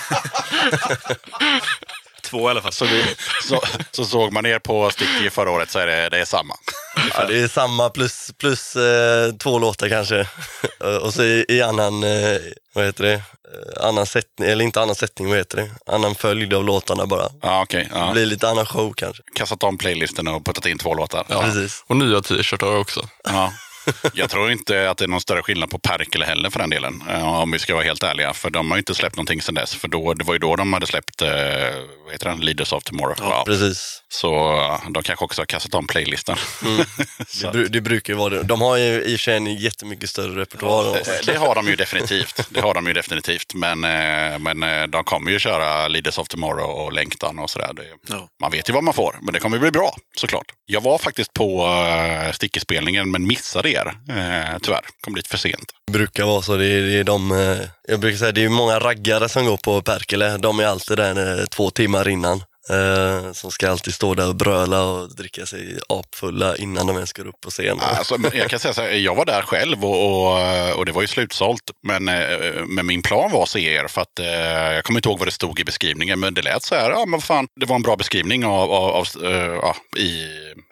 2 i alla fall. Så såg man er på Sticky förra året, så är det är samma. Ja, det är samma plus 2 låtar kanske. Och så i annan, vad heter det? Annan sättning, eller inte annan sättning, vad heter det? Annan följd av låtarna bara. Ja, okej. Ja. Det blir lite annan show kanske. Kastat om playlisten och puttat in 2 låtar. Ja, precis. Och nya t-shirtar också. Ja. Jag tror inte att det är någon större skillnad på Perkele heller för den delen, om vi ska vara helt ärliga. För de har ju inte släppt någonting sedan dess. För det var ju då de hade släppt vad heter den? Leaders of Tomorrow. Ja, precis. Så de kanske också har kastat om playlisten. Det brukar ju vara det. De har ju i och för sig en jättemycket större repertoar. Det har de ju definitivt. Men de kommer ju köra Leaders of Tomorrow och Längtan och sådär. Man vet ju vad man får, men det kommer bli bra såklart. Jag var faktiskt på Stickespelningen men missade er. Tyvärr, kom lite för sent. Det brukar vara så. Det är jag brukar säga, det är många raggare som går på Perkele. De är alltid där 2 timmar innan. Som ska alltid stå där och bröla och dricka sig apfulla innan de ens går upp på scen. Alltså, jag kan säga så här, jag var där själv och det var ju slutsålt, men min plan var att se er, för att jag kommer inte ihåg vad det stod i beskrivningen, men det lät så här, ja men fan, det var en bra beskrivning i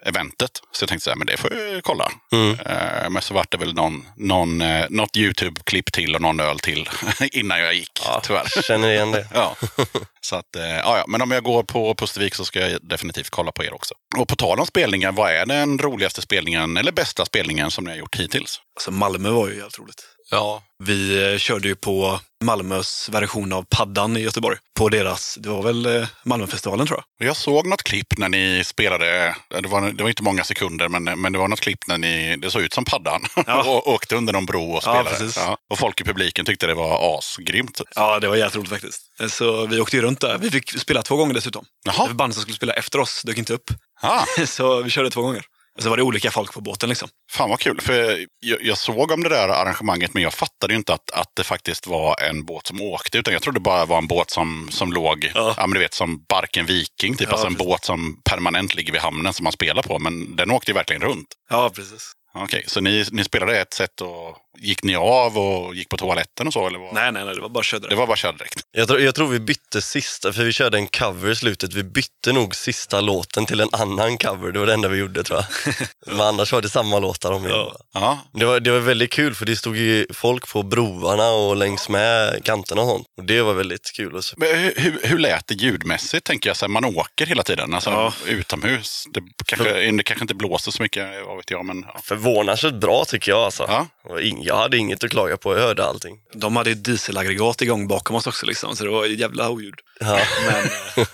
eventet. Så jag tänkte så här, men det får jag kolla. Men så var det väl något YouTube-klipp till och någon öl till innan jag gick, tyvärr. Känner igen det. Ja. Så att, ja. Men om jag går på Pustervik så ska jag definitivt kolla på er också. Och på tal om spelningen, vad är den roligaste spelningen eller bästa spelningen som ni har gjort hittills? Alltså Malmö var ju helt roligt. Ja. Vi körde ju på Malmös version av Paddan i Göteborg. På deras, det var väl Malmöfestivalen tror jag. Jag såg något klipp när ni spelade, det var inte många sekunder, men det var något klipp när det såg ut som Paddan. Ja. Och åkte under någon bro och spelade. precis. Ja. Och folk i publiken tyckte det var asgrymt. Ja, det var jävligt roligt faktiskt. Så vi åkte ju runt där. Vi fick spela 2 gånger dessutom. Jaha. Det band som skulle spela efter oss dök inte upp. Ah. Så vi körde 2 gånger. Och så var det olika folk på båten liksom. Fan vad kul, för jag såg om det där arrangemanget, men jag fattade ju inte att det faktiskt var en båt som åkte, utan jag trodde bara var en båt som låg, men du vet, som Barken Viking, typ, alltså en båt som permanent ligger vid hamnen som man spelar på, men den åkte ju verkligen runt. Ja, precis. Okej, så ni spelade ett sätt och gick ni av och gick på toaletten och så? Eller vad? Nej, det var bara körde. Det var bara körde direkt. Jag tror vi bytte sista, för vi körde en cover i slutet. Vi bytte nog sista låten till en annan cover. Det var det enda vi gjorde, tror jag. Men annars var det samma låtar om igen. Ja. Det var väldigt kul, för det stod ju folk på broarna och längs med kanterna och sånt. Och det var väldigt kul. Men hur lät det ljudmässigt, tänker jag? Så här, man åker hela tiden, alltså utomhus. Det kanske inte blåser så mycket, vad vet jag. Men, Förvånansvärt bra tycker jag. Alltså. Ja. Jag hade inget att klaga på, jag hörde allting. De hade ett dieselaggregat igång bakom oss också liksom, så det var jävla oljud. Ja. Men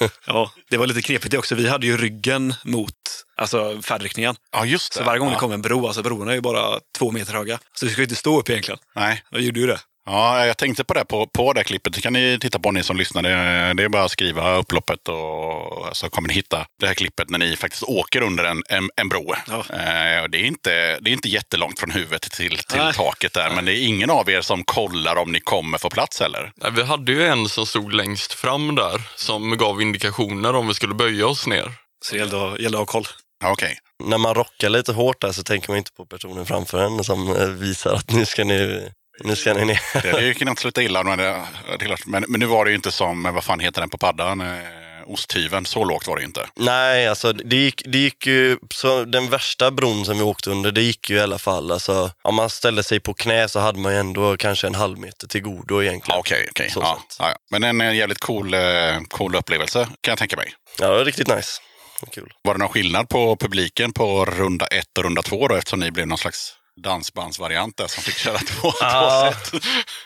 det var lite knepigt det också. Vi hade ju ryggen mot färdriktningen. Ja, just det. Så varje gång det kom en bro, alltså broarna är ju bara 2 meter höga. Så vi skulle inte stå upp egentligen. Nej. Jag gjorde ju det. Ja, jag tänkte på det på det klippet. Det kan ni titta på, ni som lyssnar. Det är bara att skriva upploppet och så kommer ni hitta det här klippet när ni faktiskt åker under en bro. Ja. Det är inte jättelångt från huvudet till taket där, men det är ingen av er som kollar om ni kommer få plats heller. Nej, vi hade ju en som stod längst fram där som gav indikationer om vi skulle böja oss ner. Så det gällde att ha koll. Ja, okej. När man rockar lite hårt där så tänker man inte på personen framför en som visar att nu ska ni ner. Det kan inte sluta illa, men nu var det ju inte som, vad fan heter den på paddan? Osthyveln, så lågt var det inte. Nej, alltså det gick ju, så den värsta bron som vi åkte under, det gick ju i alla fall, alltså om man ställde sig på knä så hade man ju ändå kanske en halv meter till godo egentligen. Okej. Ja. Men en jävligt cool upplevelse, kan jag tänka mig. Ja, det var riktigt nice. Kul. Var det någon skillnad på publiken på runda 1 och runda 2 då, eftersom ni blev någon slags dansbandsvariant där som fick köra två sätt?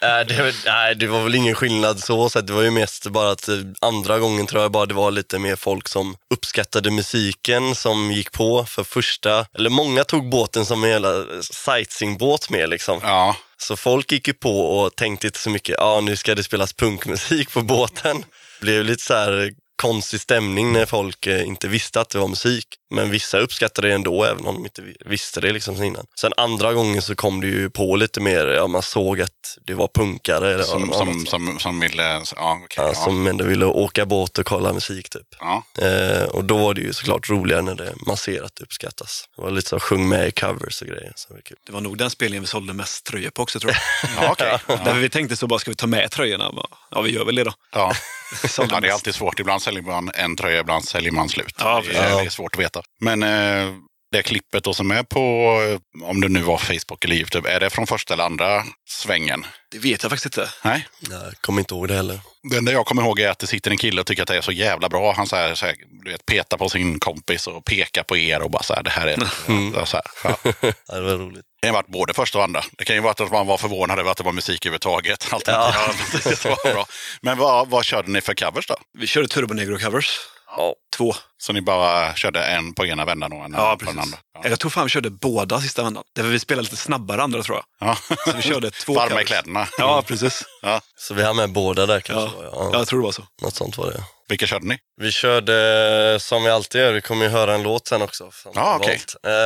Det var väl ingen skillnad så sätt. Det var ju mest bara att andra gången tror jag bara det var lite mer folk som uppskattade musiken som gick på för första, eller många tog båten som en hela sightseeingbåt med liksom. Ja. Så folk gick ju på och tänkte inte så mycket, nu ska det spelas punkmusik på båten. Det blev lite så här konstig stämning när folk inte visste att det var musik. Men vissa uppskattade det ändå, även om de inte visste det liksom innan. Sen andra gången så kom det ju på lite mer, man såg att det var punkare. Eller som ville, som ändå ville åka båt och kolla musik typ. Ja. Och då var det ju såklart roligare när det masserat uppskattas. Det var lite så sjung med i covers och grejer. Så det var kul. Det var nog den spelningen vi sålde mest tröjor på också, tror jag. Ja, okej. Där vi tänkte så bara, ska vi ta med tröjorna? Ja, vi gör väl det då. Ja. Det är alltid svårt. Ibland säljer man en tröja, ibland säljer man slut. Ja, det är svårt att veta. Men det klippet då som är på, om det nu var Facebook eller YouTube, är det från första eller andra svängen? Det vet jag faktiskt inte. Nej. Jag kommer inte ihåg det heller. Det enda jag kommer ihåg är att det sitter en kille och tycker att det är så jävla bra. Han så här, du vet, petar på sin kompis och pekar på er och bara så här, det här är så här. Ja. Ja, det var roligt. Det har varit både första och andra. Det kan ju vara att man var förvånad över att det var musik överhuvudtaget. Det var bra. Men vad körde ni för covers då? Vi körde Turbo Negro covers. Ja, 2. Så ni bara körde en på ena vändan och en på den andra? Ja. Jag tror fan vi körde båda sista vändan. Där vi spelade lite snabbare andra, tror jag. Ja. Så vi körde 2 varma covers. i kläderna. Ja, precis. Ja. Så vi har med båda där kanske. Ja, jag tror det var så. Något sånt var det. Vilka körde ni? Vi körde som vi alltid gör. Vi kommer ju höra en låt sen också. Ja, okej.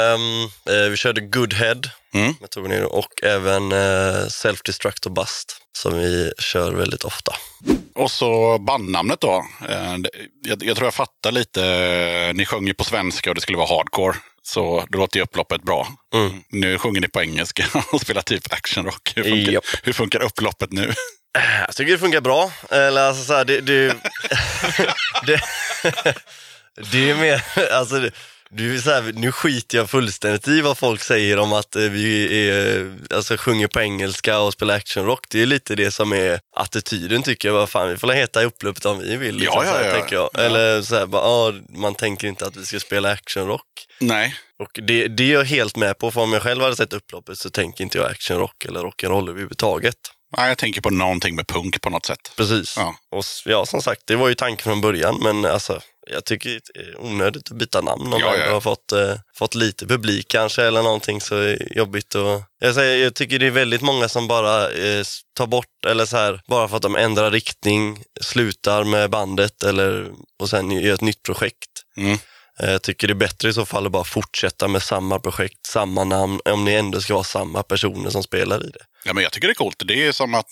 Vi körde Good Head med Turbo Negro och även Self-Destruct och Bust som vi kör väldigt ofta. Och så bandnamnet då. Jag tror jag fattar lite. Ni sjunger på svenska och det skulle vara hardcore. Så då låter ju upploppet bra. Nu sjunger ni på engelska och spelar typ actionrock. Hur funkar upploppet nu? Jag tycker det funkar bra. Eller alltså så här, det är mer, alltså Det är så här, nu skiter jag fullständigt i vad folk säger om att vi alltså, sjunger på engelska och spelar actionrock. Det är lite det som är attityden, tycker jag. Vad fan, vi får heta i upploppet om vi vill. Liksom, Ja. tänker jag. Eller så här, bara, man tänker inte att vi ska spela actionrock. Nej. Och det är jag helt med på, för om jag själv hade sett upploppet så tänker inte jag actionrock eller rock'n'roll överhuvudtaget. Nej, jag tänker på någonting med punk på något sätt. Precis. Ja. Och ja, som sagt, det var ju tanken från början, men alltså, jag tycker det är onödigt att byta namn om man har fått lite publik kanske eller någonting, så är jobbigt. Och jag tycker det är väldigt många som bara tar bort, eller så här, bara för att de ändrar riktning, slutar med bandet och sen gör ett nytt projekt. Jag tycker det är bättre i så fall att bara fortsätta med samma projekt, samma namn, om ni ändå ska vara samma personer som spelar i det. Ja, men jag tycker det är coolt. Det är som att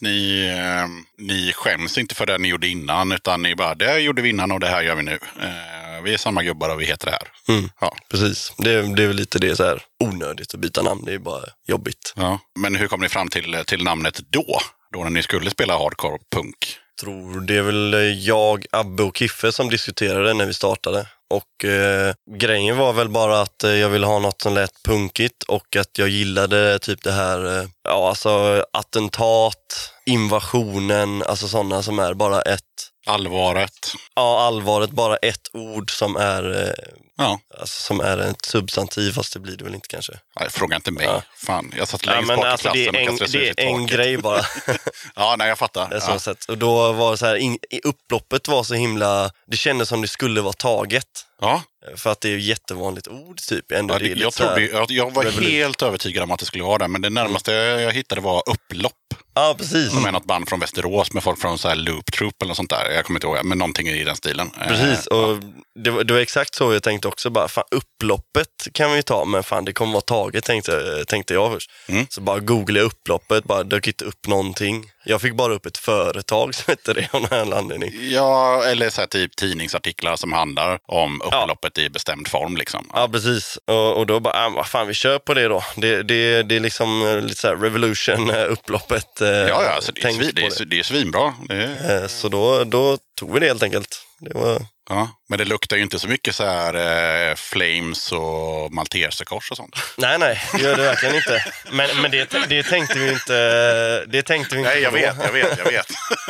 ni skäms inte för det ni gjorde innan, utan ni bara, det gjorde vi innan och det här gör vi nu. Vi är samma gubbar och vi heter det här. Ja. Precis. Det är väl lite det, så här onödigt att byta namn. Det är bara jobbigt. Ja. Men hur kom ni fram till namnet då när ni skulle spela hardcore punk? Tror det är väl jag, Abbe och Kiffe som diskuterade när vi startade. Och grejen var väl bara att jag ville ha något som lät punkigt och att jag gillade typ det här, alltså attentat, invasionen, alltså sådana som är bara Allvaret. Ja, allvaret, bara ett ord som är alltså, som är ett substantiv, fast det blir det väl inte kanske. Nej, fråga inte mig. Fan, jag satt längst bak i alltså, klassen och kastade det är en grej bara. Ja, nej, jag fattar. Det är så sätt. Och då var det så här, upploppet var så himla, det kändes som det skulle vara taget. Ja. För att det är ju jättevanligt ord typ. Ändå det jag var helt övertygad om att det skulle vara det, men det närmaste jag hittade var upplopp. Ja, precis. Som är något band från Västerås med folk från så här Loop Troop eller något sånt där. Jag kommer inte ihåg, men någonting i den stilen. Precis, och det var exakt så jag tänkte också. Bara, fan, upploppet kan vi ju ta, men fan, det kommer vara taget, tänkte jag först. Så bara googlade jag upploppet, bara dök inte upp någonting. Jag fick bara upp ett företag som heter det av någon anledning. Ja, eller så här typ tidningsartiklar som handlar om upploppet i bestämd form liksom. Ja, precis. Och då bara, vad fan, vi kör på det då. Det är liksom lite så här Revolution-upploppet. Ja, så det är svinbra. Så då tog vi det helt enkelt. Det var... Ja, men det luktar ju inte så mycket så här Flames och Malteserkors och sånt. Nej, det gör det verkligen inte. Men det tänkte vi inte. Nej, jag vet.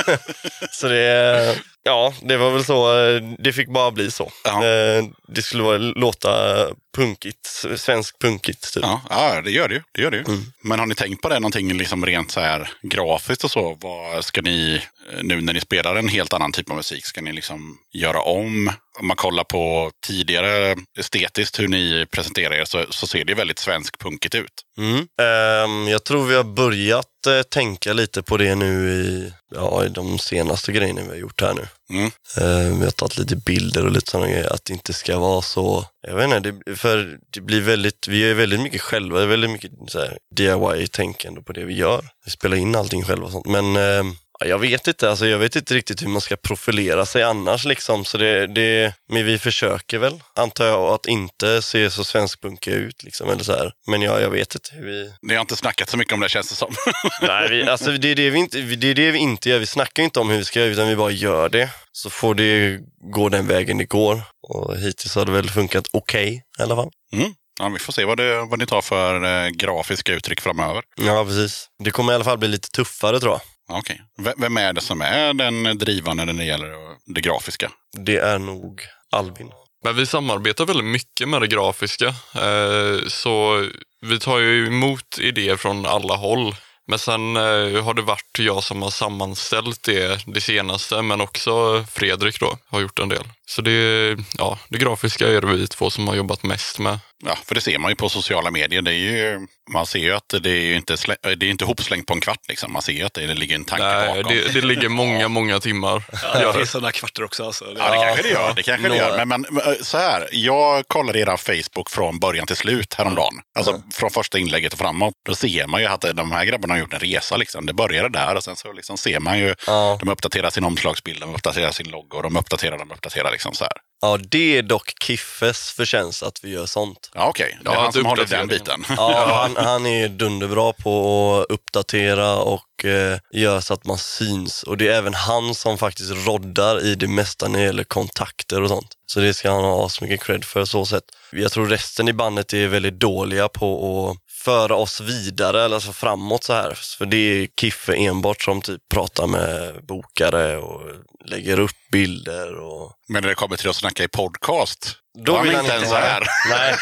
Så det var väl så. Det fick bara bli så. Det skulle låta punkigt, svensk punkigt typ. Ja, det gör det ju. Men har ni tänkt på det någonting liksom rent så här grafiskt och så? Vad ska ni, nu när ni spelar en helt annan typ av musik, ska ni liksom göra om? Om man kollar på tidigare estetiskt hur ni presenterar er så ser det väldigt svensk punkigt ut. Jag tror vi har börjat tänka lite på det nu i de senaste grejerna vi har gjort här nu. Vi har tagit lite bilder och lite sådana grejer, att det inte ska vara så, jag vet inte, för det blir väldigt, vi gör väldigt mycket själva, det är väldigt mycket så här DIY-tänkande på det vi gör. Vi spelar in allting själva och sånt, men jag vet inte, alltså jag vet inte riktigt hur man ska profilera sig annars liksom, så men vi försöker väl, antar jag, att inte se så svenskpunkiga ut liksom, eller så här. Men jag vet inte hur vi... Ni har inte snackat så mycket om det, känns det som. Nej, alltså det är det vi inte gör, vi snackar inte om hur vi ska göra, utan vi bara gör det. Så får det gå den vägen det går, och hittills har det väl funkat okej, i alla fall. Ja, vi får se vad ni tar för grafiska uttryck framöver. Ja, precis. Det kommer i alla fall bli lite tuffare, tror jag. Okej. Vem är det som är den drivande när det gäller det grafiska? Det är nog Albin. Men vi samarbetar väldigt mycket med det grafiska. Så vi tar ju emot idéer från alla håll. Men sen har det varit jag som har sammanställt det senaste, men också Fredrik då har gjort en del. Så det grafiska är det vi två som har jobbat mest med. Ja, för det ser man ju på sociala medier. Man ser ju att det är inte hopslängt på en kvart liksom. Man ser ju att det ligger en tanke bakom. Det ligger många timmar. Det finns sådana kvarter också. Alltså. Ja, det kanske det gör. Men så här, jag kollade era Facebook från början till slut häromdagen. Alltså från första inlägget och framåt. Då ser man ju att de här grabbarna har gjort en resa liksom. Det började där och sen så liksom ser man ju de uppdaterar sin omslagsbild, de uppdaterar sin logo, de uppdaterar liksom så här. Ja, det är dock Kiffes förtjänst att vi gör sånt. Ja, okej. Det är han som håller den biten. Ja, han är dunderbra på att uppdatera och göra så att man syns. Och det är även han som faktiskt roddar i det mesta när det gäller kontakter och sånt. Så det ska han ha så mycket cred för så sätt. Jag tror resten i bandet är väldigt dåliga på att föra oss vidare eller alltså framåt så här. För det är Kiffe enbart som typ pratar med bokare och lägger upp bilder. Men när det kommer till att snacka i podcast, då vill han inte ens så här. Nej.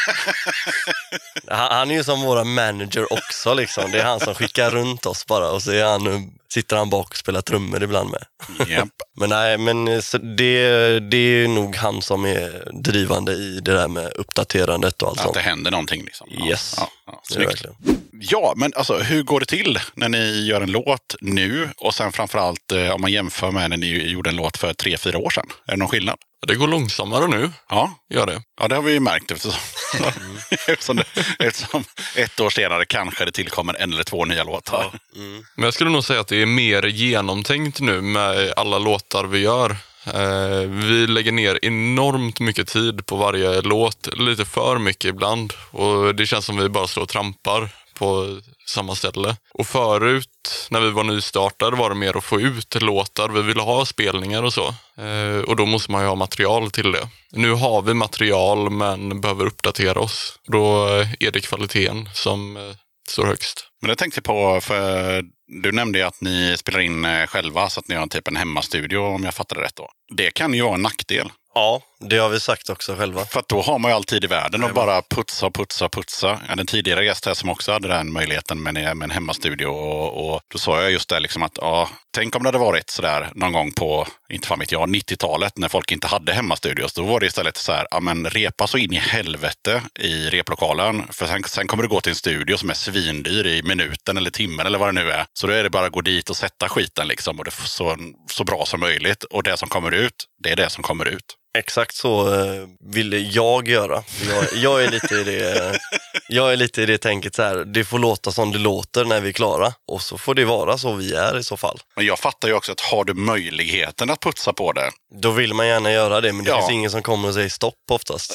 Han är ju som våra manager också liksom. Det är han som skickar runt oss bara och så sitter han bak och spelar trummor ibland med. Yep. Men nej, men så det är nog han som är drivande i det där med uppdaterandet och allt sånt. Att det händer någonting liksom. Yes. Snyggt. Ja, men alltså hur går det till när ni gör en låt nu och sen framförallt om man jämför med när ni gjorde en låt för 3-4 år sedan? Är det någon skillnad? Det går långsammare nu. Ja, gör det. Ja, det har vi ju märkt eftersom 1 år senare kanske det tillkommer 1 eller 2 nya låtar. Ja. Men jag skulle nog säga att det är mer genomtänkt nu med alla låtar vi gör. Vi lägger ner enormt mycket tid på varje låt, lite för mycket ibland. Och det känns som vi bara slår trampar på samma ställe. Och förut, när vi var nystartade, var det mer att få ut låtar. Vi ville ha spelningar och så. Och då måste man ju ha material till det. Nu har vi material men behöver uppdatera oss. Då är det kvaliteten som står högst. Men jag tänkte på, för du nämnde ju att ni spelar in själva så att ni har typ en hemmastudio om jag fattar det rätt då. Det kan ju vara en nackdel. Ja, det har vi sagt också själva. För att då har man ju alltid i världen och bara putsa. Den tidigare gäst här som också hade den möjligheten med en hemmastudio och då sa jag just det liksom att tänk om det hade varit sådär någon gång på, inte fan vet jag, 90-talet när folk inte hade hemmastudios. Då var det istället så här, men repa så in i helvete i replokalen. För sen kommer du gå till en studio som är svindyr i minuten eller timmen eller vad det nu är. Så då är det bara att gå dit och sätta skiten liksom och det så bra som möjligt. Och det som kommer ut, det är det som kommer ut. Exakt så ville jag göra. Jag är lite i det tänket så här. Det får låta som det låter när vi är klara. Och så får det vara så vi är i så fall. Men jag fattar ju också att har du möjligheten att putsa på det. Då vill man gärna göra det. Men det finns ingen som kommer och säger stopp oftast.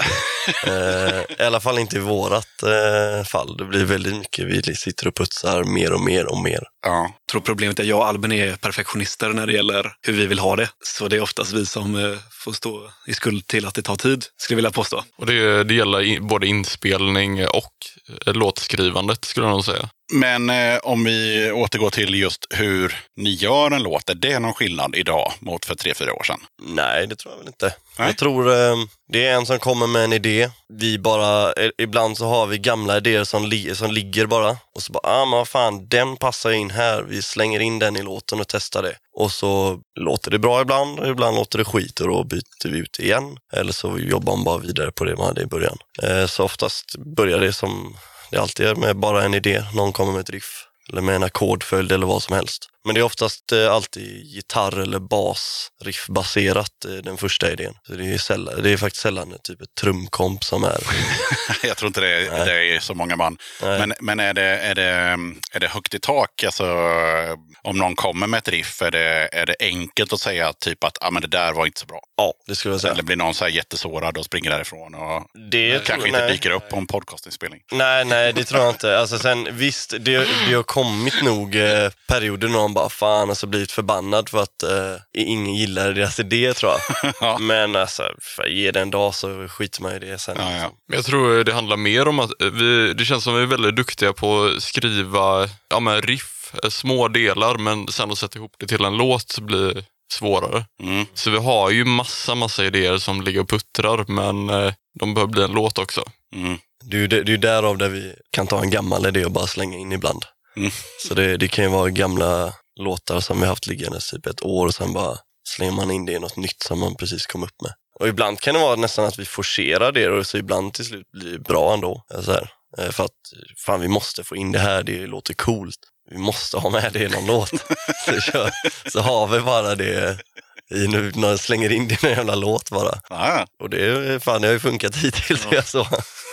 I alla fall inte i vårat fall. Det blir väldigt mycket. Vi sitter och putsar mer och mer och mer. Ja. Jag tror problemet är att jag och Albin är perfektionister när det gäller hur vi vill ha det. Så det är oftast vi som får stå i skuld till att det tar tid, skulle jag vilja påstå. Och det gäller både inspelning och låtskrivandet, skulle jag nog säga. Men om vi återgår till just hur ni gör en låt, är det någon skillnad idag mot för 3-4 år sedan? Nej, det tror jag väl inte. Nej. Jag tror det är en som kommer med en idé. Ibland så har vi gamla idéer som ligger bara. Och så bara, men vad fan, den passar in här. Vi slänger in den i låten och testar det. Och så låter det bra ibland och ibland låter det skit och då byter vi ut igen. Eller så jobbar man bara vidare på det man hade i början. Så oftast börjar det som det alltid är med bara en idé. Någon kommer med ett riff eller med en ackordföljd eller vad som helst. Men det är oftast alltid gitarr eller bas riffbaserat den första idén. Så det är faktiskt sällan typ ett trumkomp som är. Jag tror inte det är så många man. Men är det högt i tak? Alltså, om någon kommer med ett riff, är det enkelt att säga typ att men det där var inte så bra? Ja, det skulle jag säga. Eller blir någon så här jättesårad och springer därifrån och det kanske inte dyker upp på en podcastinspelning? Nej, det tror jag inte. Alltså sen, visst, det har kommit nog perioder när man bara fan och så blivit förbannad för att ingen gillar deras idé, tror jag. Ja. Men alltså, ge det en dag så skiter man i det sen. Ja, ja. Jag tror det handlar mer om att det känns som att vi är väldigt duktiga på att skriva riff, små delar, men sen att sätta ihop det till en låt blir svårare. Så vi har ju massa idéer som ligger och puttrar, men de behöver bli en låt också. Det är ju därav där vi kan ta en gammal idé och bara slänga in ibland. Så det kan ju vara gamla låtar som vi haft liggande typ 1 år och sen bara slänger man in det i något nytt som man precis kom upp med. Och ibland kan det vara nästan att vi forcerar det och så ibland till slut blir det bra ändå. Så här. För att fan, vi måste få in det här, det låter coolt. Vi måste ha med det i någon låt. Så har vi bara det när jag slänger in det i en jävla låt bara. Och det har ju funkat hittills. Så.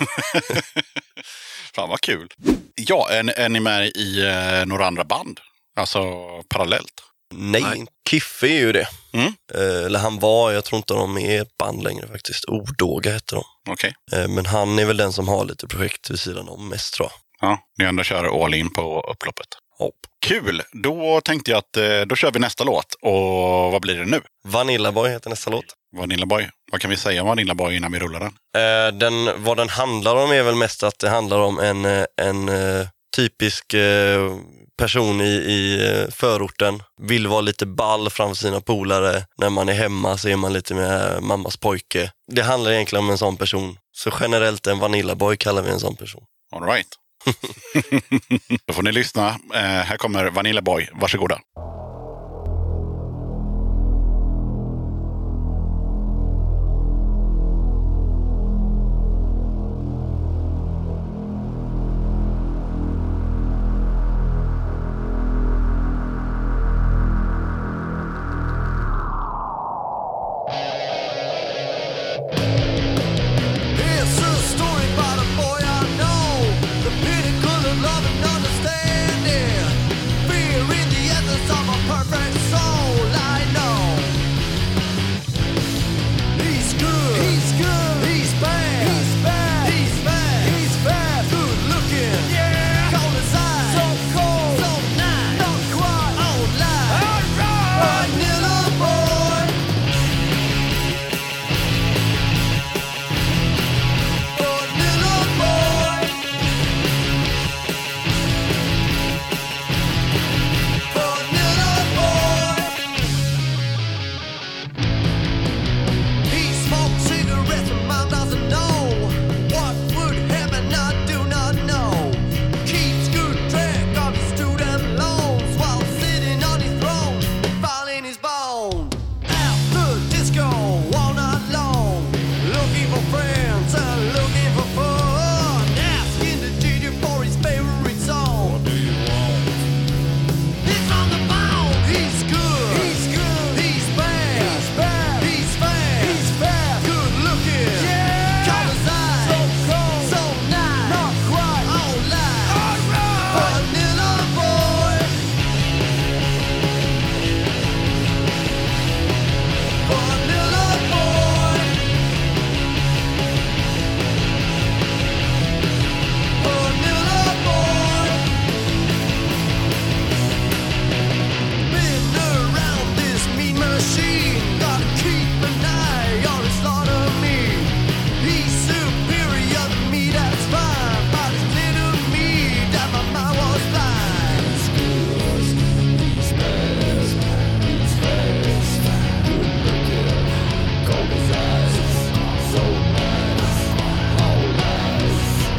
Fan vad kul. Ja, är ni med i några andra band? Alltså parallellt? Nej, Kiffe är ju det. Eller han var, jag tror inte de är ett band längre faktiskt. Odåga heter de. Okej. Men han är väl den som har lite projekt vid sidan om mest, tror jag. Ja, ni ändå kör all in på upploppet. Hopp. Kul! Då tänkte jag att då kör vi nästa låt. Och vad blir det nu? Vanilla Boy heter nästa låt. Vanilla Boy. Vad kan vi säga om Vanilla Boy innan vi rullar den? Vad den handlar om är väl mest att det handlar om en typisk person i förorten. Vill vara lite ball framför sina polare. När man är hemma så är man lite med mammas pojke. Det handlar egentligen om en sån person. Så generellt en Vanilla Boy kallar vi en sån person. All right. Då får ni lyssna. Här kommer Vanilla Boy. Varsågoda. Here's a story about a boy I know, the pinnacle of love and understanding. Fear in the essence of a perfect soul, I know. He's good, he's good, he's bad, he's bad, he's bad, he's bad, good looking, yeah, cold as ice, so cold, so nice, not quite online. Alright, Vanilla Boy. Vanilla Boy. Vanilla Boy. He smokes cigarettes and mom doesn't know what would happen. I do not know. Keeps good track of his student loans while sitting on his throne, filing his bone. At the disco all night long, looking for friends and looking for fun. Asking the DJ for his favorite song. What do you want? He's on the bone. He's good. He's good. He's bad. He's bad. He's fast. He's fast. Good looking. Yeah. Cold as ice. So cold. So nice. Not quite. All lies. All right. Vanilla Boy. Vanilla Boy. Vanilla Boy. Been around this mean machine. Gotta keep an eye on his slaughter me. He's superior to me, that's fine. But it's clear to me that my mind was blind. He's good, he's best, he's fast, good looking, cold as ice, so nice, all lies.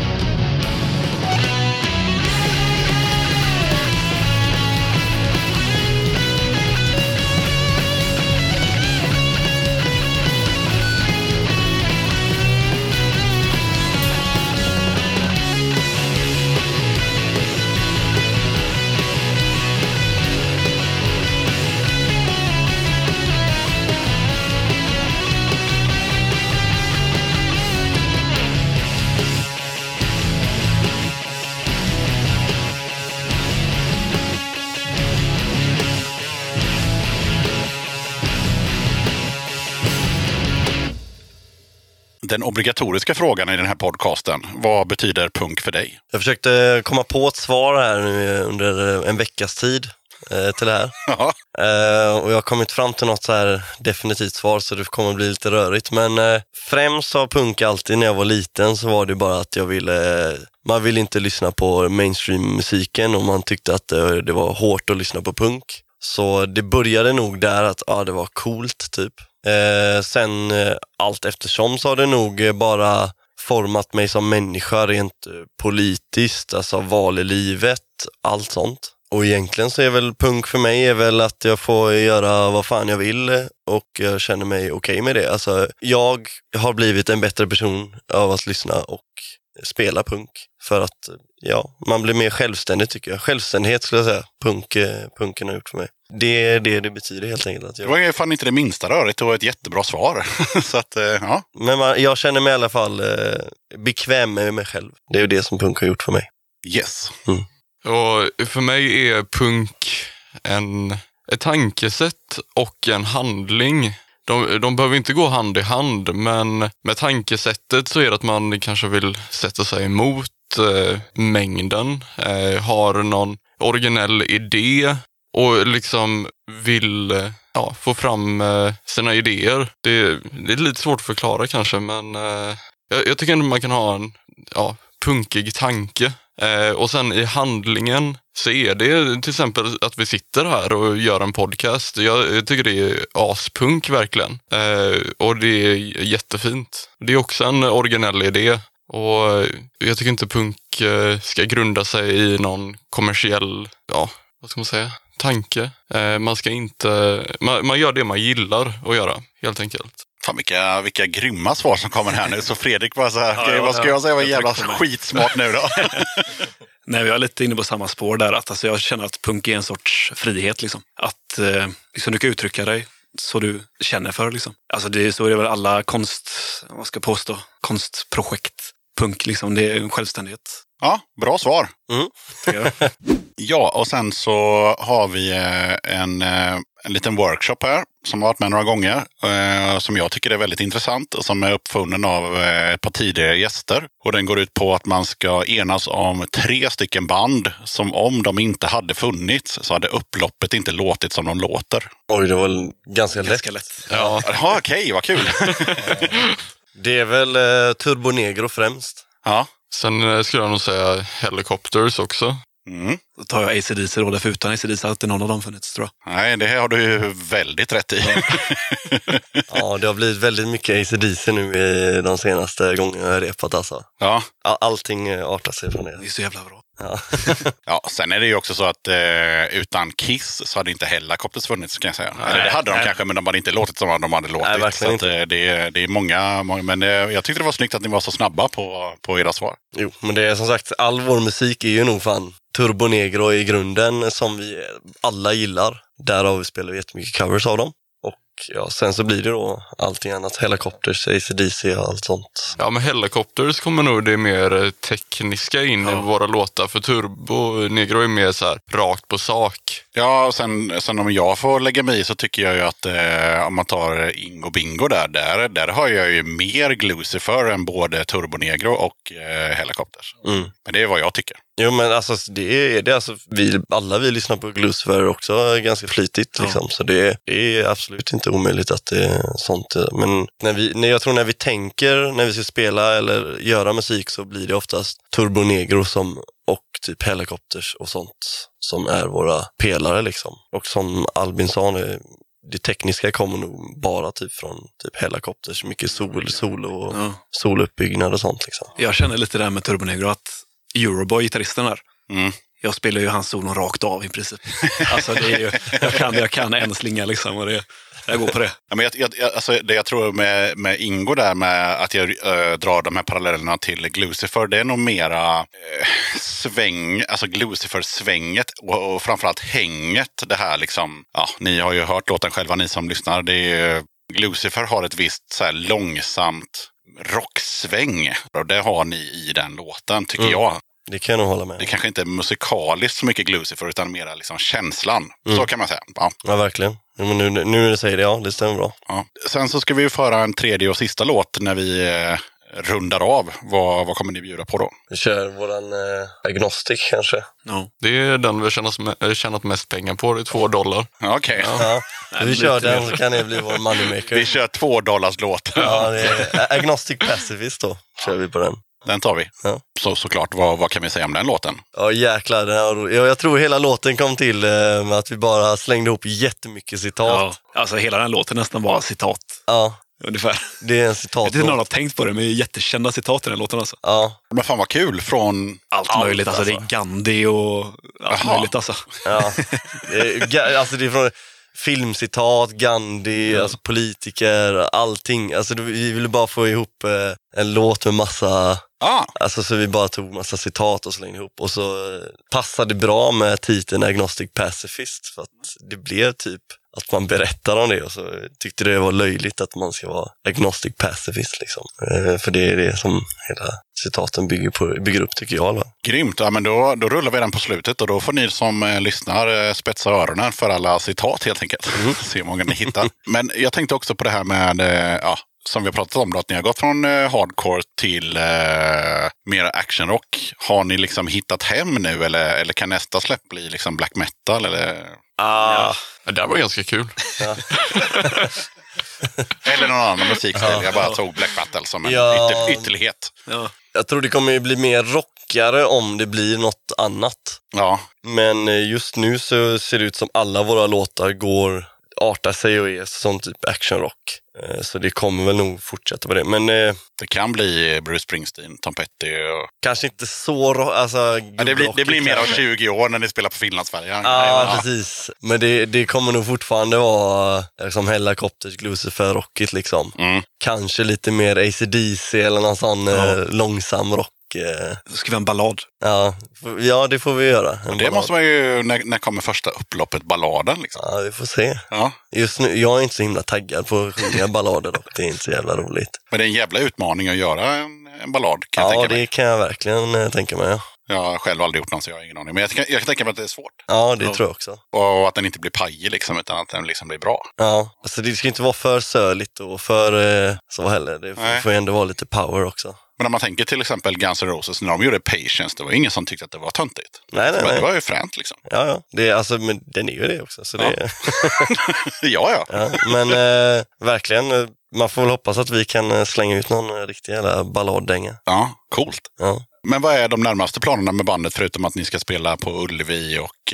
Den obligatoriska frågan i den här podcasten. Vad betyder punk för dig? Jag försökte komma på ett svar här nu under en veckas tid till det här. Ja. Och jag har kommit fram till något så här definitivt svar, så det kommer bli lite rörigt. Men främst sa punk alltid när jag var liten, så var det bara att man ville inte lyssna på mainstream-musiken, och man tyckte att det var hårt att lyssna på punk. Så det började nog där att det var coolt typ. Sen allt eftersom så har det nog bara format mig som människa rent politiskt, alltså val i livet, allt sånt. Och egentligen så är väl punk för mig är väl att jag får göra vad fan jag vill, och jag känner mig okej med det. Alltså jag har blivit en bättre person av att lyssna och spela punk, för att man blir mer självständig, tycker jag. Självständighet skulle jag säga, punken har gjort för mig. Det är det betyder helt enkelt. Att Det var ju fan inte det minsta rörigt och ett jättebra svar. Så att, ja. Men jag känner mig i alla fall bekväm med mig själv. Det är ju det som punk har gjort för mig. Yes. Och för mig är punk ett tankesätt och en handling. De behöver inte gå hand i hand, men med tankesättet så är det att man kanske vill sätta sig emot mängden, har någon originell idé och liksom vill få fram sina idéer. Det är lite svårt att förklara kanske, men jag tycker ändå man kan ha en punkig tanke. Och sen i handlingen så är det till exempel att vi sitter här och gör en podcast. Jag tycker det är aspunk verkligen. Och det är jättefint. Det är också en originell idé. Och jag tycker inte punk ska grunda sig i någon kommersiell, vad ska man säga, tanke. Man ska inte, man gör det man gillar att göra, helt enkelt. Fan, vilka grymma svar som kommer här nu. Så Fredrik bara så här, vad ska jag säga, vad jävla skitsmart nu då? Nej, jag är lite inne på samma spår där. Att, jag känner att punk är en sorts frihet. Liksom. Att liksom, du kan uttrycka dig så du känner för. Liksom. Alltså, så är det väl alla konstprojekt. Punk, liksom, det är en självständighet. Ja, bra svar. Mm. Ja, och sen så har vi en liten workshop här som har varit med några gånger, som jag tycker är väldigt intressant och som är uppfunnen av ett par tidigare gäster. Och den går ut på att man ska enas om 3 stycken band som om de inte hade funnits så hade upploppet inte låtit som de låter. Oj, det var ganska lätt. Ja, okej, vad kul. Det är väl Turbo Negro främst. Ja. Sen skulle jag nog säga Helicopters också. Mm. Då tar jag AC/DC då, för utan AC/DC hade inte någon av dem funnits, tror jag. Nej, det här har du ju väldigt rätt i. Ja, det har blivit väldigt mycket AC/DC nu i de senaste gångerna jag har repat alltså. Ja. Allting artar sig från det. Det är så jävla bra. Ja. Ja, sen är det ju också så att utan Kiss så hade inte Helicopters funnits, kan jag säga. Eller det hade de kanske, men de hade inte låtit som de hade låtit. Nej, verkligen så att, det är många, men jag tyckte det var snyggt att ni var så snabba på era svar. Jo, men det är som sagt, all vår musik är ju nog fan Turbo Negro i grunden som vi alla gillar. Därav spelar vi jättemycket covers av dem. Och sen så blir det då allting annat, Helicopters, AC/DC och allt sånt. Ja, men Helicopters kommer nog det mer tekniska in i våra låtar. För Turbo Negro är mer så här rakt på sak. Ja, och sen om jag får lägga mig i så tycker jag ju att om man tar Ingo Bingo där har jag ju mer Glucifer än både Turbo Negro och Helicopters. Mm. Men det är vad jag tycker. Jo, men alltså det är alltså, vi lyssnar på Glucifer också ganska flitigt liksom, så det är absolut inte omöjligt att det är sånt. Men jag tror när vi tänker, när vi ska spela eller göra musik så blir det oftast Turbo Negro och typ Helicopters och sånt som är våra pelare liksom. Och som Albin sa, det tekniska kommer nog bara typ från typ Helicopters, mycket soluppbyggnad och sånt liksom. Jag känner lite där med Turbo Negro att Euroboy, gitarristen här. Mm. Jag spelar ju hans solon rakt av i princip. Alltså det är ju, jag kan en slinga liksom och jag går på det. Ja, men alltså det jag tror med Ingo där med att jag drar de här parallellerna till Glucifer, det är nog mera alltså Glucifer-svänget och framförallt hänget. Det här liksom, ni har ju hört låten själva, ni som lyssnar. Glucifer har ett visst så här långsamt rocksväng och det har ni i den låten, tycker jag. Det kan jag nog hålla med. Det kanske inte är musikaliskt så mycket Glucifer utan mera liksom känslan. Så kan man säga. Ja, verkligen. Men nu när du säger det, det stämmer bra. Ja. Sen så ska vi ju föra en tredje och sista låt när vi rundar av. Vad kommer ni bjuda på då? Vi kör våran Agnostic kanske. No. Det är den vi tjänat mest pengar på, det är $2. Okej. Ja. Vi kör den så kan det bli vår moneymaker. Vi kör $2-låt. Ja, det är Agnostic Pacifist då. Kör vi på den. Den tar vi. Ja. Såklart, vad kan vi säga om den låten? Ja, jäklar. Jag tror hela låten kom till med att vi bara slängde ihop jättemycket citat. Ja, alltså hela den låten nästan var citat. Ja. Ungefär. Det är en citat. Jag vet inte om någon har tänkt på det, men det är jättekända citat i den låten alltså. Ja. Men fan vad kul, från allt möjligt. Alltså det är Gandhi och allt möjligt alltså. Ja. Det är från filmcitat, Gandhi, alltså politiker, allting. Alltså vi ville bara få ihop en låt med massa... Alltså så vi bara tog massa citat och slängde ihop. Och så passade det bra med titeln Agnostic Pacifist. För att det blev typ... att man berättar om det, och så tyckte det var löjligt att man ska vara agnostic pacifist liksom. För det är det som hela citaten bygger upp, tycker jag. Grymt, ja, men då rullar vi den på slutet, och då får ni som lyssnar spetsa öronen för alla citat helt enkelt. Se hur många ni hittar. Men jag tänkte också på det här med, som vi har pratat om då, att ni har gått från hardcore till mer actionrock. Har ni liksom hittat hem nu, eller kan nästa släpp bli liksom black metal? Eller? Ja, det var ganska kul. Ja. Eller någon annan musikstil. Jag bara tog black metal som en ytterlighet. Ja. Jag tror det kommer ju bli mer rockare om det blir något annat. Ja. Men just nu så ser det ut som alla våra låtar artar sig och är som typ actionrock. Så det kommer väl nog fortsätta på det. Men det kan bli Bruce Springsteen, Tom Petty och... Kanske inte så det blir mer av 20 år när ni spelar på Finlandsfärjan. Ja, precis. Men det kommer nog fortfarande vara som Hellacopters, Lucifer-rockigt liksom. Kanske lite mer AC/DC eller någon sån långsam rock. Skriva en ballad. Ja, det får vi göra. Det ballad. Måste man ju, när kommer första upploppet, balladen liksom? Ja, vi får se. Ja. Just nu, jag är inte så himla taggad på att sjunga ballader dock. Det är inte så jävla roligt. Men det är en jävla utmaning att göra en ballad, kan jag tänka mig. Ja, det kan jag verkligen tänka mig. Jag har själv aldrig gjort någon, så jag har ingen aning. Men jag kan tänka mig att det är svårt. Ja, det tror jag också. Och att den inte blir pajig liksom, utan att den liksom blir bra. Ja, alltså det ska inte vara för sörligt och för så heller. Det får ändå vara lite power också. Men om man tänker till exempel Guns N' Roses, när de gjorde Patience, det var ingen som tyckte att det var töntigt. Nej. Det var ju fränt liksom. Ja. Det är, alltså, men den är ju det också. Så det... ja. Men verkligen, man får väl hoppas att vi kan slänga ut någon riktig jävla balladdänga. Ja, coolt. Ja. Men vad är de närmaste planerna med bandet, förutom att ni ska spela på Ullevi och...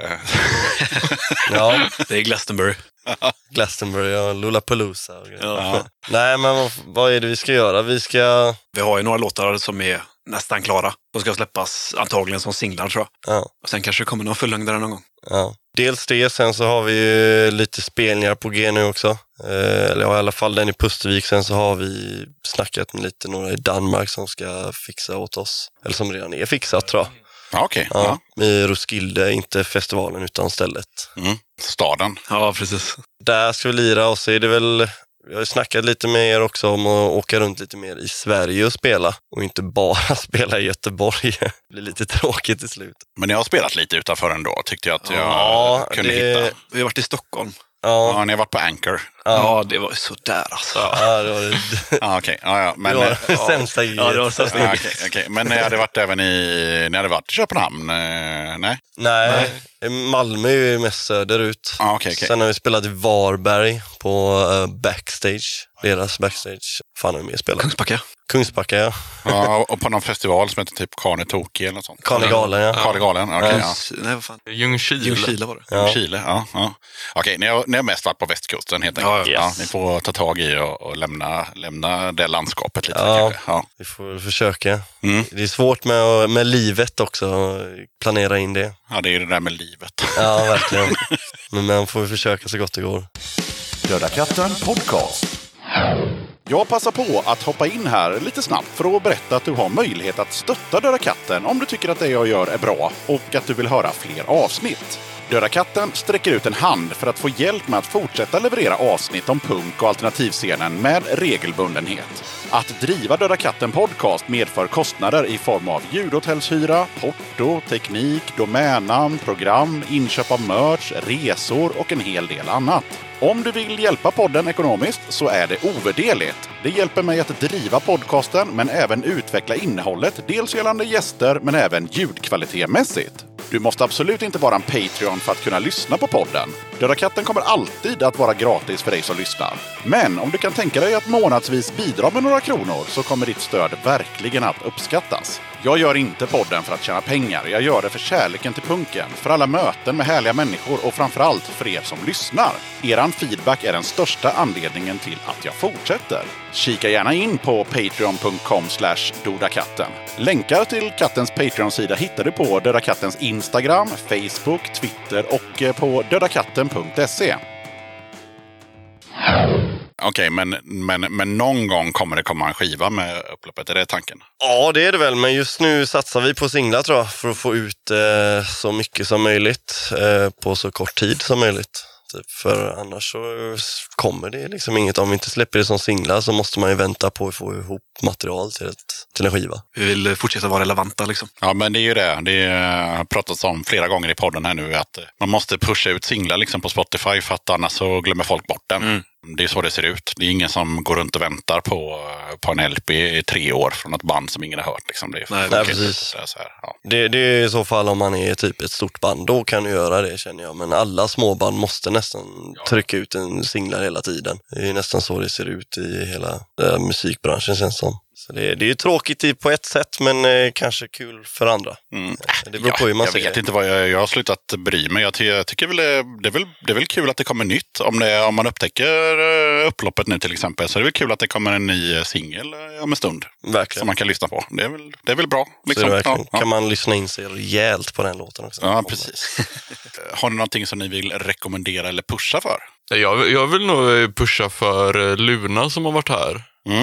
Ja, det är Glastonbury. Glastonbury och Lollapalooza och grejer. Nej, men vad är det vi ska göra? Vi har ju några låtar som är nästan klara. De ska släppas antagligen som singlar, tror jag. Ja. Och sen kanske det kommer någon fullängdare någon gång. Ja. Dels det, sen så har vi ju lite spelningar på G nu också. Eller i alla fall den i Pustervik. Sen så har vi snackat med några i Danmark som ska fixa åt oss. Eller som redan är fixat, tror jag. Okej. Ja. Med Roskilde, inte festivalen utan stället. Staden. Ja, precis. Där ska vi lira, och så är det väl... Vi har ju snackat lite med er också om att åka runt lite mer i Sverige och spela. Och inte bara spela i Göteborg. Det blir lite tråkigt till slut. Men jag har spelat lite utanför ändå, tyckte jag att jag kunde hitta. Vi har varit i Stockholm. Ja, ni har varit på Anchor. Ja, det var ju så där alltså. Ja, det var det. Ja, okej. Ja, men... Det var sämsta giget. Ja, det var sämsta giget. Okej. Men ni hade varit även ni hade varit i Köpenhamn? Nej? Nej. Malmö är ju mest söderut. Okej. Sen har vi spelat i Varberg på Backstage. Deras Backstage. Fan, har vi mer spelat? Kungsbacka, ja. Ja, och på någon festival som heter typ Carnetoki eller något sånt. Carnegalen, ja. Carnegalen, okej. Nej, vad fan. Ljungskile var det. Ljungskile, ja. Okej, ni har mest varit på västkusten helt enkelt. Ja, ni får ta tag i och lämna det landskapet lite. Ja, vi får försöka. Det är svårt med livet också, planera in det. Ja, det är ju det där med livet. Ja, verkligen. Men man får försöka så gott det går. Döda katten podcast. Jag passar på att hoppa in här lite snabbt för att berätta att du har möjlighet att stötta Döda katten om du tycker att det jag gör är bra och att du vill höra fler avsnitt. Döda katten sträcker ut en hand för att få hjälp med att fortsätta leverera avsnitt om punk- och alternativscenen med regelbundenhet. Att driva Döda katten podcast medför kostnader i form av ljudhotellshyra, porto, teknik, domännamn, program, inköp av merch, resor och en hel del annat. Om du vill hjälpa podden ekonomiskt så är det ovärderligt. Det hjälper mig att driva podcasten men även utveckla innehållet, dels gällande gäster men även ljudkvalitetmässigt. Du måste absolut inte vara en Patreon för att kunna lyssna på podden. Döda katten kommer alltid att vara gratis för dig som lyssnar. Men om du kan tänka dig att månadsvis bidra med några kronor så kommer ditt stöd verkligen att uppskattas. Jag gör inte podden för att tjäna pengar. Jag gör det för kärleken till punken, för alla möten med härliga människor och framförallt för er som lyssnar. Eran feedback är den största anledningen till att jag fortsätter. Kika gärna in på patreon.com/dodakatten. Länkar till kattens Patreon-sida hittar du på Döda kattens Instagram, Facebook, Twitter och på dödakatten.se. Okej, men någon gång kommer det komma en skiva med upploppet, är det tanken? Ja, det är det väl, men just nu satsar vi på singlar, tror jag, för att få ut så mycket som möjligt på så kort tid som möjligt. Typ. För annars så kommer det liksom inget. Om vi inte släpper det som singlar så måste man ju vänta på att få ihop material till en skiva. Vi vill fortsätta vara relevanta liksom. Ja, men det är ju det. Det har pratats om flera gånger i podden här nu att man måste pusha ut singlar liksom på Spotify för att annars så glömmer folk bort den. Det är så det ser ut. Det är ingen som går runt och väntar på en LP i 3 år från ett band som ingen har hört. Liksom. Det är Nej, precis. Så här, ja. Det är i så fall om man är typ ett stort band. Då kan du göra det, känner jag. Men alla småband måste nästan trycka ut en singlar hela tiden. Det är nästan så det ser ut i hela musikbranschen, känns som. Så det är ju tråkigt på ett sätt, men kanske kul för andra. Det beror på hur man ser det. Jag vet inte vad jag har slutat bry mig. Jag tycker väl det är väl kul att det kommer nytt. Om man upptäcker upploppet nu till exempel, så är det väl kul att det kommer en ny singel om en stund. Verkligen. Som man kan lyssna på. Det är väl bra. Liksom. Verkligen. Kan man lyssna in sig rejält på den låten också? Ja, precis. Har ni någonting som ni vill rekommendera eller pusha för? Jag vill nog pusha för Luna som har varit här.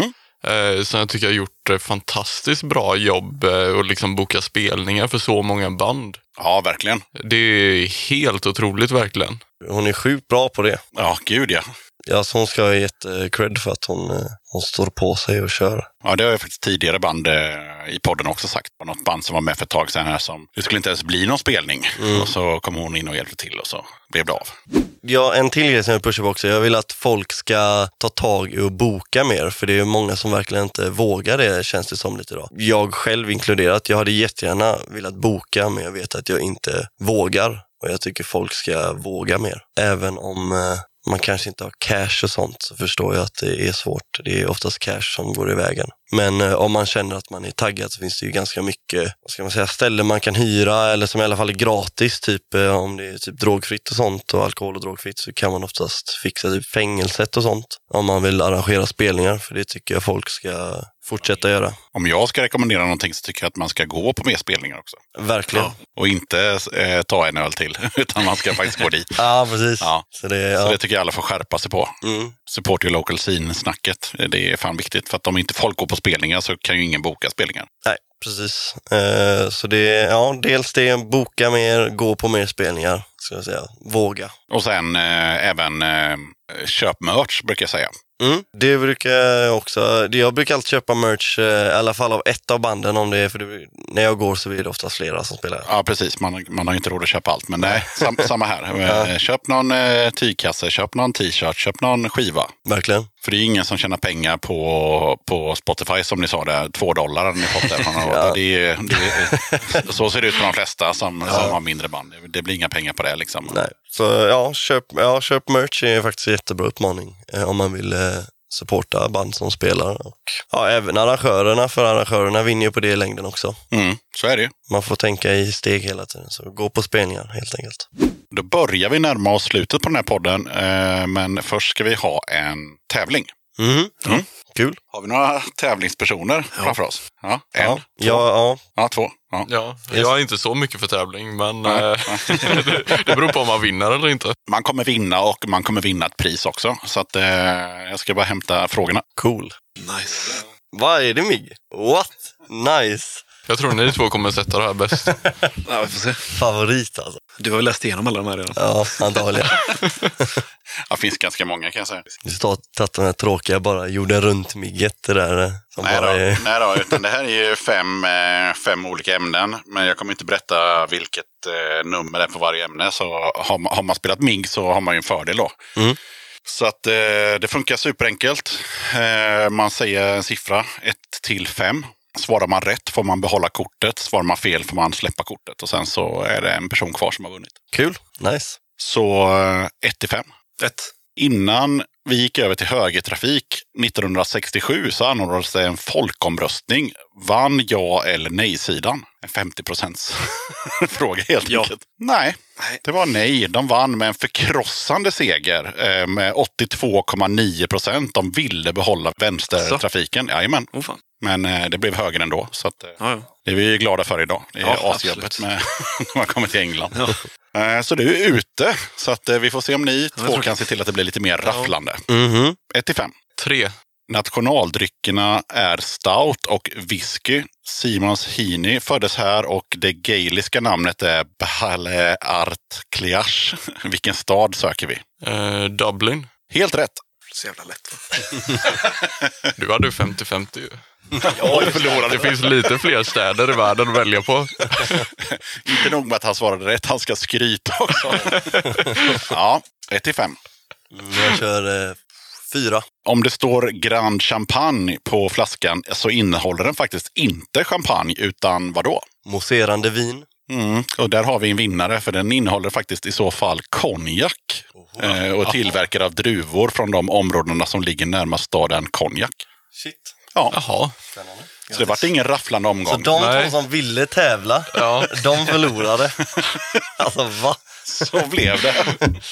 Så jag tycker jag har gjort fantastiskt bra jobb och liksom boka spelningar för så många band. Ja, verkligen. Det är helt otroligt, verkligen. Hon är sjukt bra på det. Ja, gud ja. Ja, så hon ska ha gett cred för att hon står på sig och kör. Ja, det har jag faktiskt tidigare band i podden också sagt. Det var något band som var med för ett tag sedan här som det skulle inte ens bli någon spelning. Och så kom hon in och hjälpte till och så blev det av. Ja, en till grej som jag pushar på också. Jag vill att folk ska ta tag i och boka mer. För det är många som verkligen inte vågar det, känns det som lite idag. Jag själv inkluderat. Jag hade jättegärna velat boka, men jag vet att jag inte vågar. Och jag tycker folk ska våga mer. Även om man kanske inte har cash och sånt, så förstår jag att det är svårt. Det är oftast cash som går i vägen. Men om man känner att man är taggad så finns det ju ganska mycket, vad ska man säga, ställen man kan hyra eller som i alla fall är gratis. Typ om det är typ drogfritt och sånt och alkohol och drogfritt, så kan man oftast fixa typ fängelset och sånt om man vill arrangera spelningar. För det tycker jag folk ska fortsätta göra. Om jag ska rekommendera någonting så tycker jag att man ska gå på mer spelningar också. Verkligen. Ja. Och inte ta en öl till, utan man ska faktiskt gå dit. Ja, precis. Ja. Så det tycker jag alla får skärpa sig på. Support your local scene-snacket. Det är fan viktigt. För att om inte folk går på spelningar så kan ju ingen boka spelningar. Nej, precis. Så det är dels det, boka mer, gå på mer spelningar, ska jag säga. Våga. Och sen även köp merch, brukar jag säga. Det brukar jag också. Jag brukar alltid köpa merch, i alla fall av ett av banden, om det är, för när jag går så blir det oftast flera som spelar. Ja, precis. Man har inte råd att köpa allt, men nej, samma här. Köp någon tygkasse, köp någon t-shirt, köp någon skiva. Verkligen. För det är ingen som tjänar pengar på Spotify, som ni sa där, $2 har ni fått där. Så ser det ut för de flesta som har mindre band. Det blir inga pengar på det liksom. Nej. Så köp merch är faktiskt en jättebra uppmaning om man vill supporta band som spelar. Och även arrangörerna, för arrangörerna vinner ju på det i längden också. Så är det ju. Man får tänka i steg hela tiden, så gå på spelningar helt enkelt. Då börjar vi närma oss slutet på den här podden, men först ska vi ha en tävling. Kul. Har vi några tävlingspersoner framför oss? Ja, en? Två. Ja, jag är inte så mycket för tävling, men det beror på om man vinner eller inte. Man kommer vinna, och man kommer vinna ett pris också. Så att jag ska bara hämta frågorna. Cool. Nice. Vad är det, Mig? What? Nice. Jag tror ni två kommer sätta det här bäst. Ja, vi får se. Favorit alltså. Du har väl läst igenom alla de här redan? Ja, antagligen. Det finns ganska många, kan jag säga. Du har tagit den här tråkiga, bara gjorde runt migget det där. Som Nej då, utan det här är ju fem olika ämnen. Men jag kommer inte berätta vilket nummer det är på varje ämne. Så har man spelat MIG så har man ju en fördel då. Så att det funkar superenkelt. Man säger en siffra 1 till 5. Svarar man rätt får man behålla kortet. Svarar man fel får man släppa kortet. Och sen så är det en person kvar som har vunnit. Kul, nice. Så 1 till 5. 1. Innan vi gick över till högertrafik 1967 så anordnades det en folkomröstning. Vann ja eller nej-sidan? En 50% fråga helt enkelt. Nej, det var nej. De vann med en förkrossande seger med 82,9%. De ville behålla vänstertrafiken. Jajamän. Men det blev höger ändå. Så att, det är vi glada för idag. Det är asjobbet när man kommer till England. Så du är ute. Så att vi får se om ni två kan se till att det blir lite mer rafflande. 1 till 5. 3. Nationaldryckerna är stout och whisky. Simons Heaney föddes här och det gaeliska namnet är Bhaile Art Cliash. Vilken stad söker vi? Dublin. Helt rätt. Så jävla lätt. Du hade 50-50 ju. Jag förlorade. Det finns lite fler städer i världen att välja på. Inte nog med att han svarade rätt, han ska skryta också. Ja, 1-5. Jag kör 4. Om det står Grand Champagne på flaskan så innehåller den faktiskt inte champagne utan vadå? Mousserande vin. Och där har vi en vinnare för den innehåller faktiskt i så fall konjak. Och tillverkad av druvor från de områdena som ligger närmast staden Konjak. Shit. Ja. Jaha. Så det var ingen rafflande omgång. Så de två som ville tävla, de förlorade. Alltså va? Så blev det.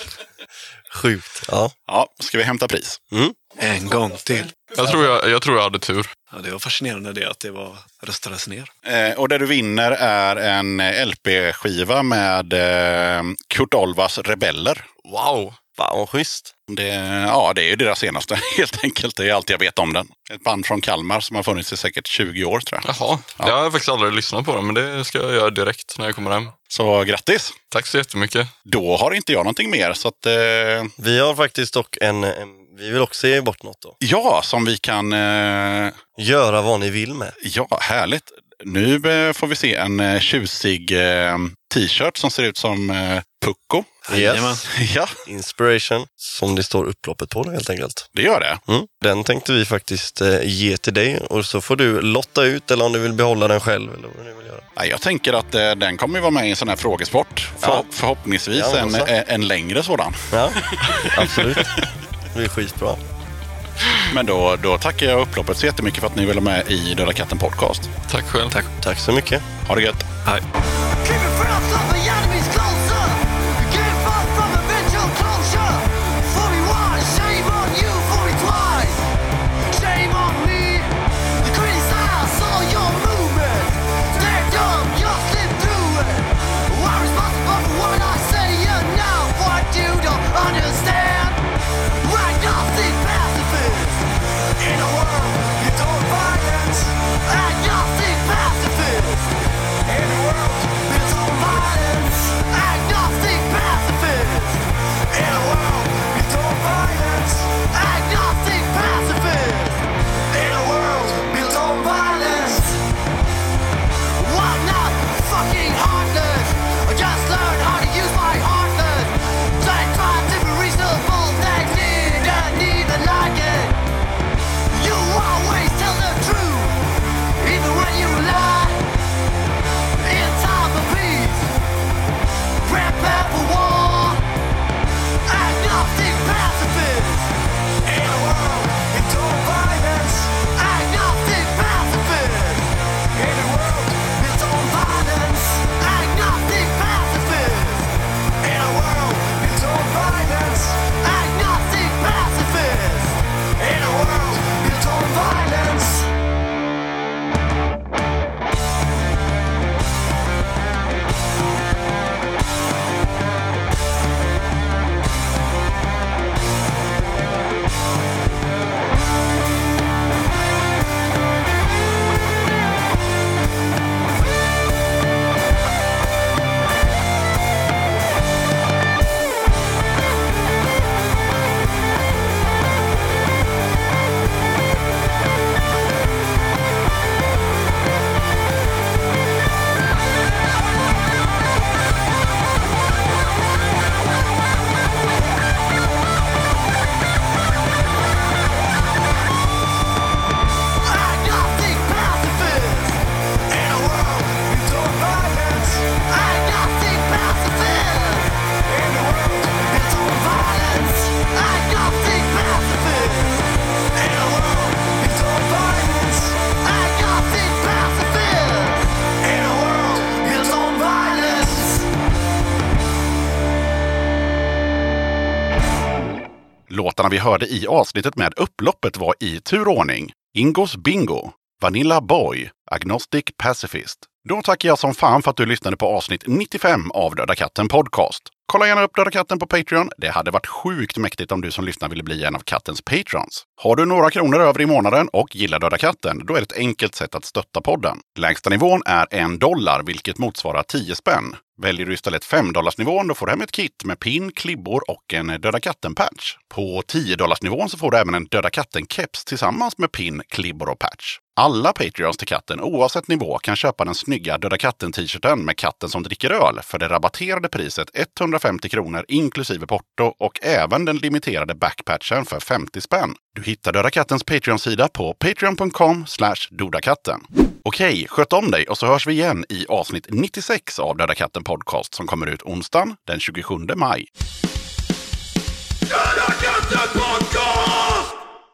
Sjukt. Ja. Ja, ska vi hämta pris? En gång till. Jag tror jag hade tur. Ja, det var fascinerande det att det var röstades ner. Och det du vinner är en LP-skiva med Kurt Olvas Rebeller. Wow. Fan vad schysst. Det är ju deras senaste helt enkelt. Det är allt jag vet om den. Ett band från Kalmar som har funnits i säkert 20 år tror jag. Jaha, jag har faktiskt aldrig lyssnat på den, men det ska jag göra direkt när jag kommer hem. Så grattis! Tack så jättemycket. Då har inte jag någonting mer så att... Vi har faktiskt dock vi vill också ge bort något då. Ja, som vi kan... Göra vad ni vill med. Ja, härligt. Nu får vi se en tjusig t-shirt som ser ut som Pucko. Yes. Ja, Inspiration, som det står upploppet på det helt enkelt. det gör det. Den tänkte vi faktiskt ge till dig och så får du lotta ut eller om du vill behålla den själv eller vad du vill göra. Ja, jag tänker att den kommer ju vara med i en sån här frågesport. Förhoppningsvis en längre sådan. Ja, absolut. Det är skitbra. Men då tackar jag upploppet så jättemycket för att ni ville med i Döda katten podcast. Tack själv. Tack så mycket. Ha det gött. Hej. Keeping friends of the enemies closer. Get far from eventual closure. 41, shame on you, 40 twice. Shame on me. You criticize all your movements. They're dumb, you'll slip through it. I'm responsible for what I say, you know what you don't understand. Agnostic pacifist. In a world, you don't violence. Agnostic pacifist. In a world, built on violence. Agnostic pacifist. In a world, built on violence. Agnostic pacifist. In a world, built on violence. Well, I'm not fucking heartless. I just learned how to use my heartless. So I tried to be reasonable, things didn't even like it. You always tell the truth, even when you lie. In time of peace, prepare for war. Agnostic pacifist. In a world, it's all violence. Agnostic pacifist. In a world, it's all violence. Agnostic pacifist. In a world, it's all violence. Agnostic pacifist. In a world, it's all violence. Agnostic pacifist. In a world, it's all violence. Agnostic pacifist. In a world, it's all violence. Agnostic pacifist. In a world, it's all violence. Agnostic pacifist. In a world, it's all violence. Låtarna vi hörde i avsnittet med upploppet var i turordning Ingos Bingo, Vanilla Boy, Agnostic Pacifist, Då tackar jag som fan för att du lyssnade på avsnitt 95 av Döda katten podcast. Kolla gärna upp Döda katten på Patreon. Det hade varit sjukt mäktigt om du som lyssnar ville bli en av kattens patrons. Har du några kronor över i månaden och gillar Döda katten, då är det ett enkelt sätt att stötta podden. Lägsta nivån är $1, vilket motsvarar 10 spänn. Väljer du istället $5-nivån, då får du hem ett kit med pin, klibbor och en Döda katten-patch. På $10-nivån så får du även en Döda katten-keps tillsammans med pin, klibbor och patch. Alla Patreons till katten, oavsett nivå, kan köpa den snygga Döda katten-t-shirten med katten som dricker öl för det rabatterade priset 150 kronor inklusive porto och även den limiterade backpatchen för 50 spänn. Du hittar Döda kattens Patreon-sida på patreon.com/dodakatten. Okej, sköt om dig och så hörs vi igen i avsnitt 96 av Döda katten podcast som kommer ut onsdagen den 27 maj. Döda katten!